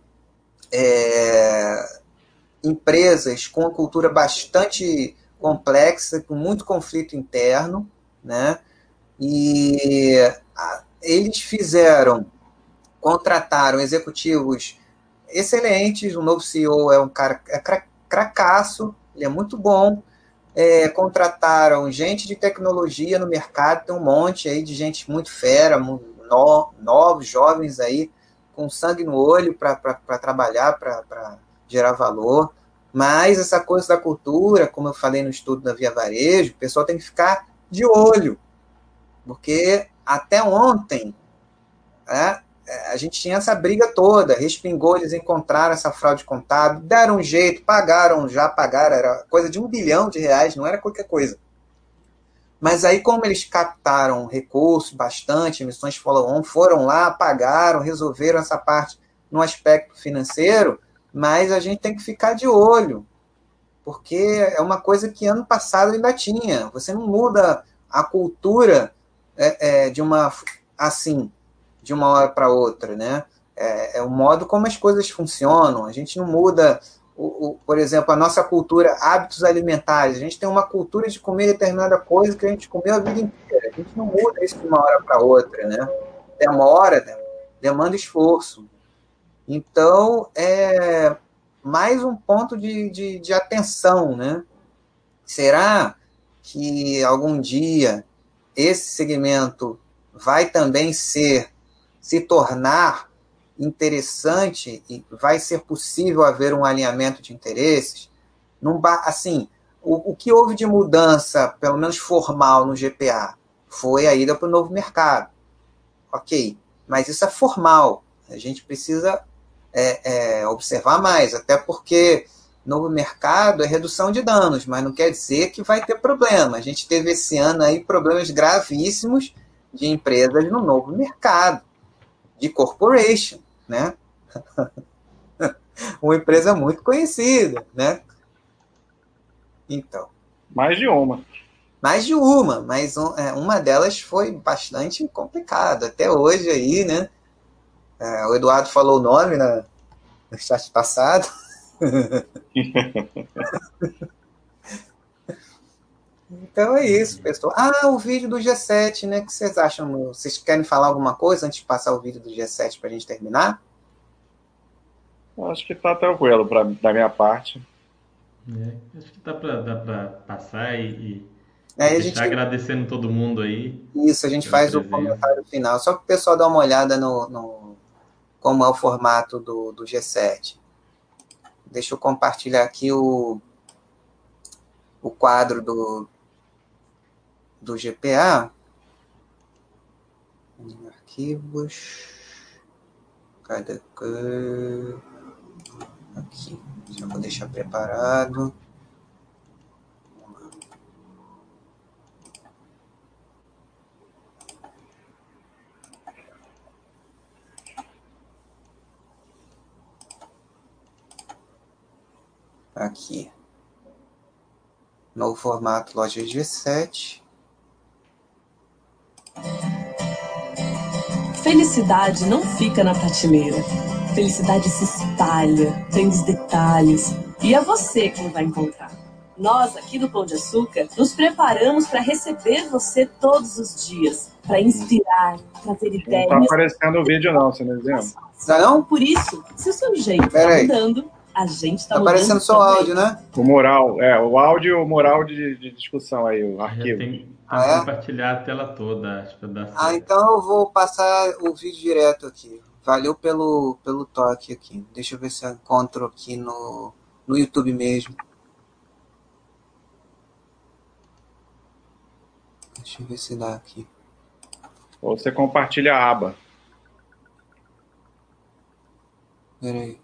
é, empresas com uma cultura bastante complexa, com muito conflito interno, né? E a, eles fizeram, contrataram executivos excelentes, o novo C E O é um cara é cracaço, ele é muito bom, é, contrataram gente de tecnologia no mercado, tem um monte aí de gente muito fera, no, novos, jovens aí, com sangue no olho para trabalhar, para gerar valor, mas essa coisa da cultura, como eu falei no estudo da Via Varejo, o pessoal tem que ficar de olho, porque até ontem, né, a gente tinha essa briga toda, respingou, eles encontraram essa fraude contábil, deram um jeito, pagaram, já pagaram, era coisa de um bilhão de reais, não era qualquer coisa. Mas aí, como eles captaram recursos bastante, emissões follow-on, foram lá, pagaram, resolveram essa parte no aspecto financeiro, mas a gente tem que ficar de olho, porque é uma coisa que ano passado ainda tinha. Você não muda a cultura é, é, de uma assim, de uma hora para outra, né? É, é o modo como as coisas funcionam. A gente não muda, o, o, por exemplo, a nossa cultura, hábitos alimentares. A gente tem uma cultura de comer determinada coisa que a gente comeu a vida inteira. A gente não muda isso de uma hora para outra, né? Demora, demanda esforço. Então, é mais um ponto de, de, de atenção, né? Será que algum dia esse segmento vai também ser, se tornar interessante e vai ser possível haver um alinhamento de interesses? Não, assim, o, o que houve de mudança, pelo menos formal, no G P A, foi a ida para o novo mercado. Ok, mas isso é formal. A gente precisa é, é, observar mais, até porque novo mercado é redução de danos, mas não quer dizer que vai ter problema. A gente teve esse ano aí problemas gravíssimos de empresas no novo mercado, de corporation, né? Uma empresa muito conhecida, né? Então. Mais de uma. Mais de uma, mas um, é, uma delas foi bastante complicada. Até hoje aí, né? É, o Eduardo falou o nome na, no chat passado. Então é isso, pessoal. Ah, o vídeo do G sete, né? O que vocês acham? Vocês querem falar alguma coisa antes de passar o vídeo do G sete para a gente terminar? Acho que está tranquilo pra, da minha parte. É, acho que dá para passar e, e aí deixar a gente... agradecendo todo mundo aí. Isso, a gente faz presença. O comentário final, só para o pessoal dar uma olhada no, no como é o formato do, do G sete. Deixa eu compartilhar aqui o, o quadro do, do G P A. Arquivos. Cadê? Aqui. Já vou deixar preparado. Aqui. Novo formato loja G sete. Felicidade não fica na prateleira. Felicidade se espalha, tem os detalhes. E é você quem vai encontrar. Nós, aqui do Pão de Açúcar, nos preparamos para receber você todos os dias. Para inspirar, trazer ideias. Não está aparecendo o vídeo não, Cenezinho. Não? Por isso, se o seu jeito está mudando, a gente está tá mudando. Está aparecendo só o áudio, né? O moral, é, o áudio e o moral de, de discussão aí, o arquivo. Tem, tem ah, que é? compartilhar a tela toda, acho que dá certo. Ah, então eu vou passar o vídeo direto aqui. Valeu pelo, pelo toque aqui. Deixa eu ver se eu encontro aqui no, no YouTube mesmo. Deixa eu ver se dá aqui. Ou você compartilha a aba. Peraí.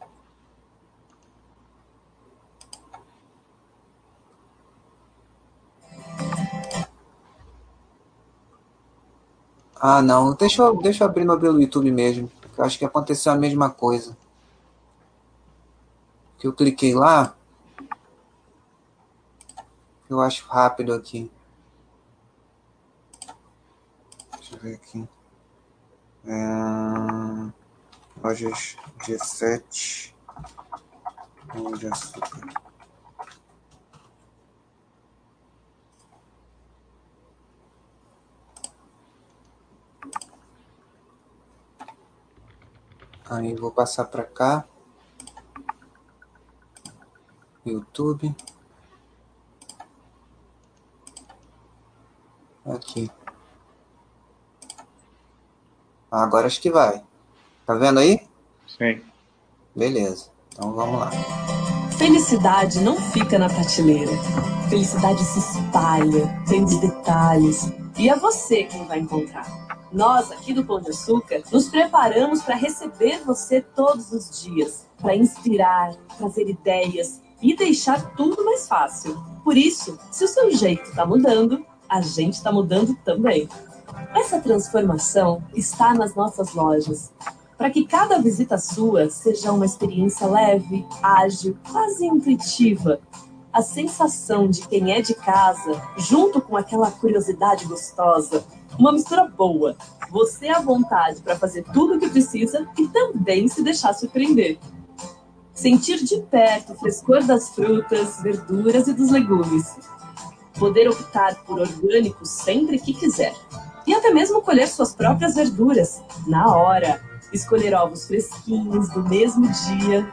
Ah, não. Deixa eu, deixa eu abrir no pelo YouTube mesmo. Eu acho que aconteceu a mesma coisa. Que eu cliquei lá. Eu acho rápido aqui. Deixa eu ver aqui. É... Lojas G sete. Pão de Açúcar. Aí vou passar para cá. YouTube. Aqui. Agora acho que vai. Tá vendo aí? Sim. Beleza. Então vamos lá. Felicidade não fica na prateleira. Felicidade se espalha, tem os detalhes. E é você quem vai encontrar. Nós, aqui do Pão de Açúcar, nos preparamos para receber você todos os dias. Para inspirar, trazer ideias e deixar tudo mais fácil. Por isso, se o seu jeito está mudando, a gente está mudando também. Essa transformação está nas nossas lojas. Para que cada visita sua seja uma experiência leve, ágil, quase intuitiva. A sensação de quem é de casa, junto com aquela curiosidade gostosa. Uma mistura boa. Você à vontade para fazer tudo o que precisa e também se deixar surpreender. Sentir de perto o frescor das frutas, verduras e dos legumes. Poder optar por orgânicos sempre que quiser. E até mesmo colher suas próprias verduras, na hora. Escolher ovos fresquinhos do mesmo dia.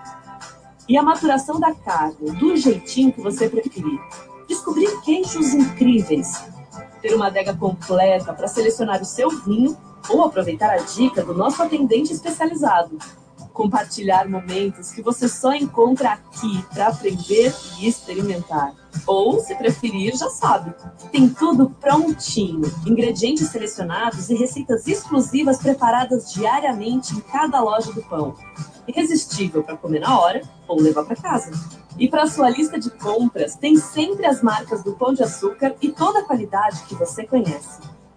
E a maturação da carne, do jeitinho que você preferir. Descobrir queijos incríveis. Ter uma adega completa para selecionar o seu vinho ou aproveitar a dica do nosso atendente especializado. Compartilhar momentos que você só encontra aqui para aprender e experimentar. Ou, se preferir, já sabe, tem tudo prontinho. Ingredientes selecionados e receitas exclusivas preparadas diariamente em cada loja do pão. Irresistível para comer na hora ou levar para casa. E para sua lista de compras, tem sempre as marcas do Pão de Açúcar e toda a qualidade que você conhece.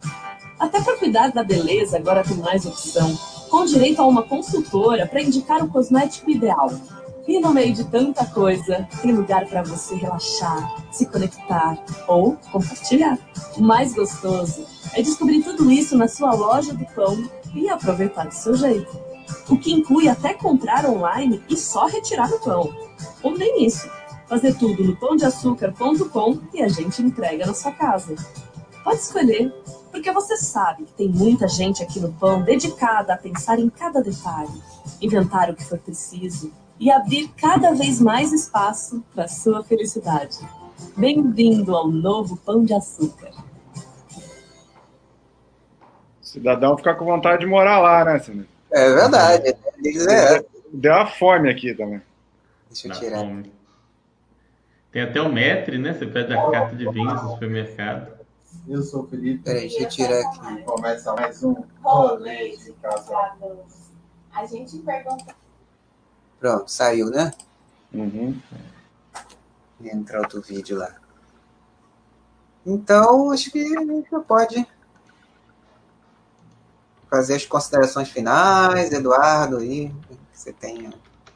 Até para cuidar da beleza, agora tem mais opção. Com direito a uma consultora para indicar o cosmético ideal. E no meio de tanta coisa, tem lugar para você relaxar, se conectar ou compartilhar. O mais gostoso é descobrir tudo isso na sua loja do pão e aproveitar do seu jeito. O que inclui até comprar online e só retirar o pão. Ou nem isso. Fazer tudo no pão de açúcar ponto com e a gente entrega na sua casa. Pode escolher, porque você sabe que tem muita gente aqui no pão dedicada a pensar em cada detalhe, inventar o que for preciso e abrir cada vez mais espaço para a sua felicidade. Bem-vindo ao novo Pão de Açúcar. O cidadão fica com vontade de morar lá, né, Cine? É verdade. Eles é. Deu uma fome aqui também. Deixa eu Dá tirar. fome. Tem até o Metri, né? Você pede a carta de vinhos no supermercado. Eu sou o Felipe. Peraí, deixa eu tirar aqui. Começa mais um rolê de casal. A gente pergunta. Pronto, saiu, né? Uhum. Entra outro vídeo lá. Então, acho que a gente já pode fazer as considerações finais, Eduardo, aí, que você tenha.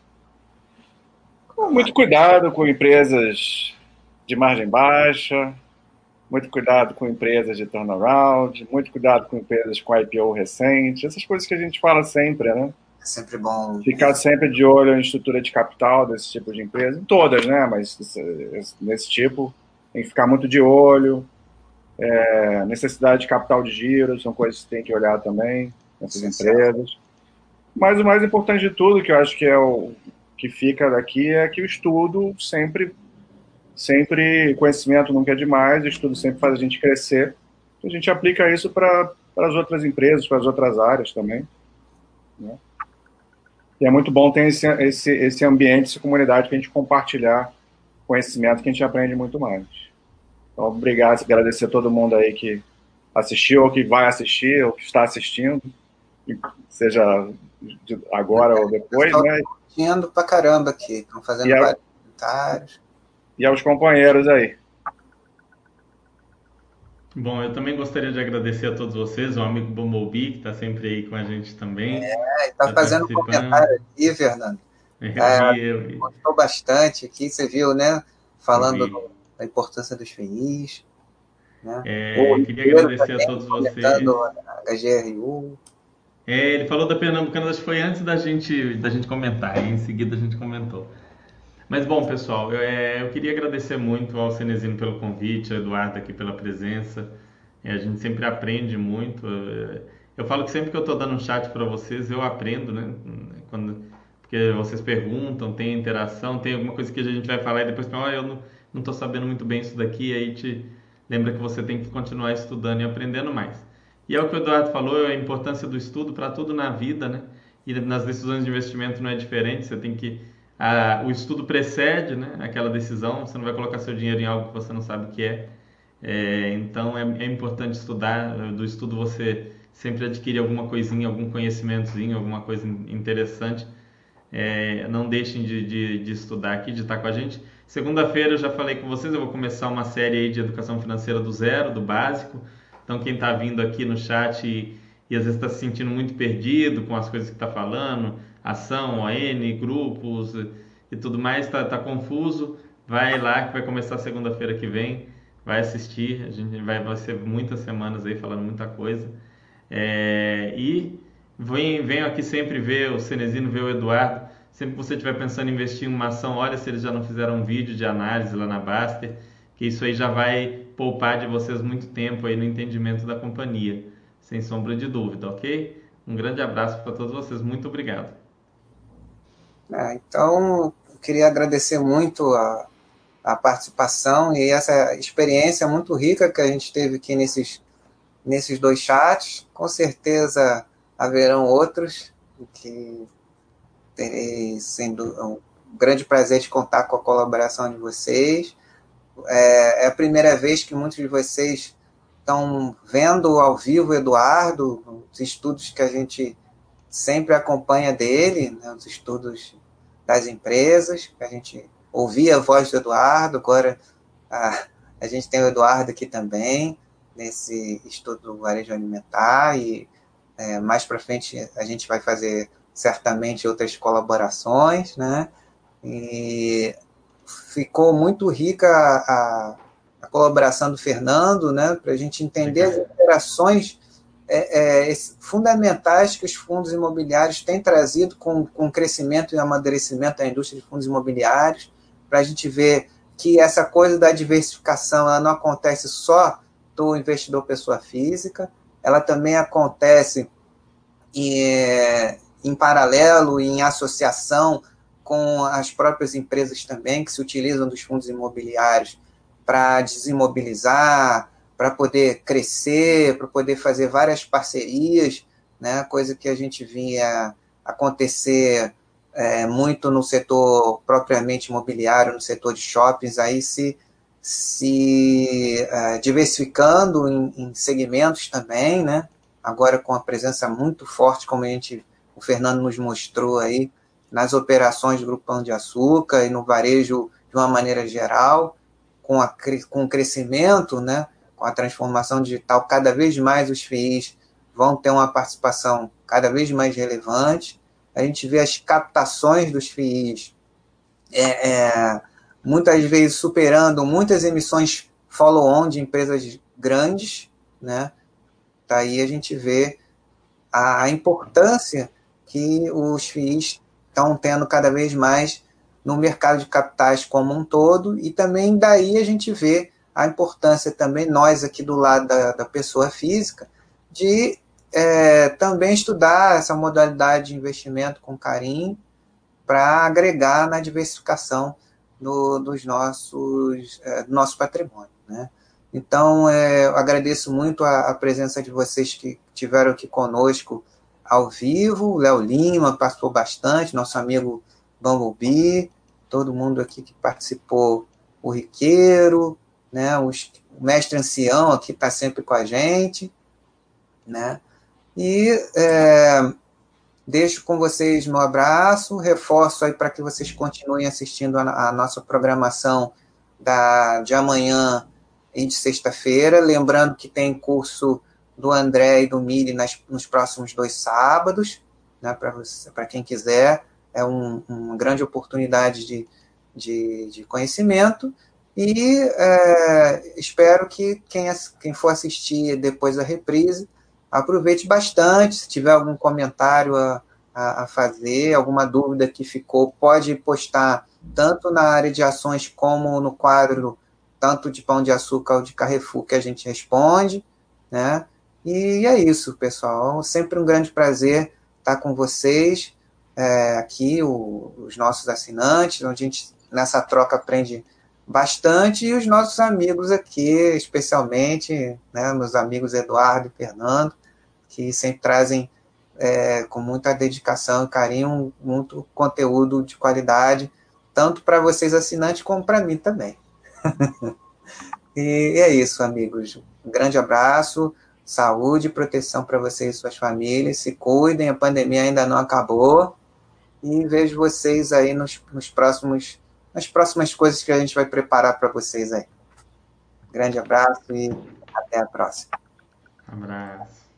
Com muito cuidado com empresas de margem baixa, muito cuidado com empresas de turnaround, muito cuidado com empresas com I P O recente, essas coisas que a gente fala sempre, né? É sempre bom. Ficar sempre de olho em estrutura de capital desse tipo de empresa, em todas, né? Mas nesse tipo, tem que ficar muito de olho. É, necessidade de capital de giro, são coisas que tem que olhar também nessas empresas. Mas o mais importante de tudo, que eu acho que é o que fica daqui, é que o estudo sempre, sempre, conhecimento nunca é demais, o estudo sempre faz a gente crescer. A gente aplica isso para as outras empresas, para as outras áreas também, né? E é muito bom ter esse, esse, esse ambiente, essa comunidade, para a gente compartilhar conhecimento, que a gente aprende muito mais. Então, obrigado, agradecer a todo mundo aí que assistiu, ou que vai assistir, ou que está assistindo, seja agora ou depois, né? Curtindo pra caramba aqui, estão fazendo a, vários comentários. E aos companheiros aí. Bom, eu também gostaria de agradecer a todos vocês, o amigo Bumblebee, que está sempre aí com a gente também. É, está tá fazendo um comentário aqui, Fernando. Eu é, vi, eu vi. Gostou bastante aqui, você viu, né? Falando do, da importância dos F I Is. Né? É, eu queria agradecer a todos vocês. A H G R U. É, ele falou da Pernambucana, acho que foi antes da gente, da gente comentar, e em seguida a gente comentou. Mas bom, pessoal, eu, é, eu queria agradecer muito ao Cenezino pelo convite, ao Eduardo aqui pela presença. É, a gente sempre aprende muito. É, eu falo que sempre que eu estou dando um chat para vocês, eu aprendo, né? Quando, porque vocês perguntam, tem interação, tem alguma coisa que a gente vai falar e depois fala, oh, eu não estou sabendo muito bem isso daqui, aí te lembra que você tem que continuar estudando e aprendendo mais. E é o que o Eduardo falou, a importância do estudo para tudo na vida, né? E nas decisões de investimento não é diferente, você tem que... A, o estudo precede, né, aquela decisão, você não vai colocar seu dinheiro em algo que você não sabe o que é. É, então é, é importante estudar, do estudo você sempre adquire alguma coisinha, algum conhecimentozinho, alguma coisa interessante. É, não deixem de, de, de estudar aqui, de estar com a gente. Segunda-feira eu já falei com vocês, eu vou começar uma série aí de educação financeira do zero, do básico. Então quem está vindo aqui no chat e, e às vezes está se sentindo muito perdido com as coisas que está falando, ação, O N, grupos e tudo mais, está tá confuso, vai lá que vai começar segunda-feira que vem, vai assistir, a gente vai, vai ser muitas semanas aí falando muita coisa. É, e venho, venho aqui sempre ver o Cenezino, ver o Eduardo, sempre que você estiver pensando em investir em uma ação, olha se eles já não fizeram um vídeo de análise lá na Baster, que isso aí já vai poupar de vocês muito tempo aí no entendimento da companhia, sem sombra de dúvida, ok? Um grande abraço para todos vocês, muito obrigado. É, então, eu queria agradecer muito a, a participação e essa experiência muito rica que a gente teve aqui nesses, nesses dois chats. Com certeza haverão outros, que terei sendo um grande prazer de contar com a colaboração de vocês. É, é a primeira vez que muitos de vocês estão vendo ao vivo o Eduardo, os estudos que a gente sempre acompanha dele, né, os estudos das empresas, que a gente ouvia a voz do Eduardo, agora a, a gente tem o Eduardo aqui também, nesse estudo do varejo alimentar, e é, mais para frente a gente vai fazer certamente outras colaborações, né? E ficou muito rica a, a colaboração do Fernando, né, para a gente entender as interações É, é, fundamentais que os fundos imobiliários têm trazido com, com o crescimento e amadurecimento da indústria de fundos imobiliários, para a gente ver que essa coisa da diversificação ela não acontece só do investidor pessoa física, ela também acontece em, em paralelo, em associação com as próprias empresas também, que se utilizam dos fundos imobiliários para desimobilizar, para poder crescer, para poder fazer várias parcerias, né? Coisa que a gente via acontecer é, muito no setor propriamente imobiliário, no setor de shoppings, aí se, se é, diversificando em, em segmentos também, né? Agora com a presença muito forte, como a gente, o Fernando nos mostrou aí, nas operações do Grupo Pão de Açúcar e no varejo de uma maneira geral, com, a, com o crescimento, né? Com a transformação digital, cada vez mais os F I Is vão ter uma participação cada vez mais relevante. A gente vê as captações dos F I Is é, é, muitas vezes superando muitas emissões follow-on de empresas grandes, né? Daí a gente vê a importância que os F I Is estão tendo cada vez mais no mercado de capitais como um todo, e também daí a gente vê a importância também, nós aqui do lado da, da pessoa física, de é, também estudar essa modalidade de investimento com carinho para agregar na diversificação do, dos nossos, é, do nosso patrimônio, né? Então, é, eu agradeço muito a, a presença de vocês que tiveram aqui conosco ao vivo, o Léo Lima participou bastante, nosso amigo Bumblebee, todo mundo aqui que participou, o Riqueiro, né, os, o mestre ancião aqui está sempre com a gente, né, e é, deixo com vocês meu abraço, reforço aí para que vocês continuem assistindo a, a nossa programação da, de amanhã e de sexta-feira, lembrando que tem curso do André e do Mili nas, nos próximos dois sábados, né, para quem quiser, é um, uma grande oportunidade de, de, de conhecimento, e é, espero que quem, quem for assistir depois da reprise, aproveite bastante. Se tiver algum comentário a, a, a fazer, alguma dúvida que ficou, pode postar tanto na área de ações como no quadro, tanto de Pão de Açúcar ou de Carrefour, que a gente responde, né? E é isso, pessoal. Sempre um grande prazer estar com vocês, é, aqui, o, os nossos assinantes, onde a gente, nessa troca, aprende bastante, e os nossos amigos aqui, especialmente, né, meus amigos Eduardo e Fernando, que sempre trazem é, com muita dedicação e carinho muito conteúdo de qualidade, tanto para vocês assinantes como para mim também. E é isso, amigos. Um grande abraço, saúde e proteção para vocês e suas famílias. Se cuidem, a pandemia ainda não acabou. E vejo vocês aí nos, nos próximos, nas próximas coisas que a gente vai preparar para vocês aí. Grande abraço e até a próxima. Um abraço.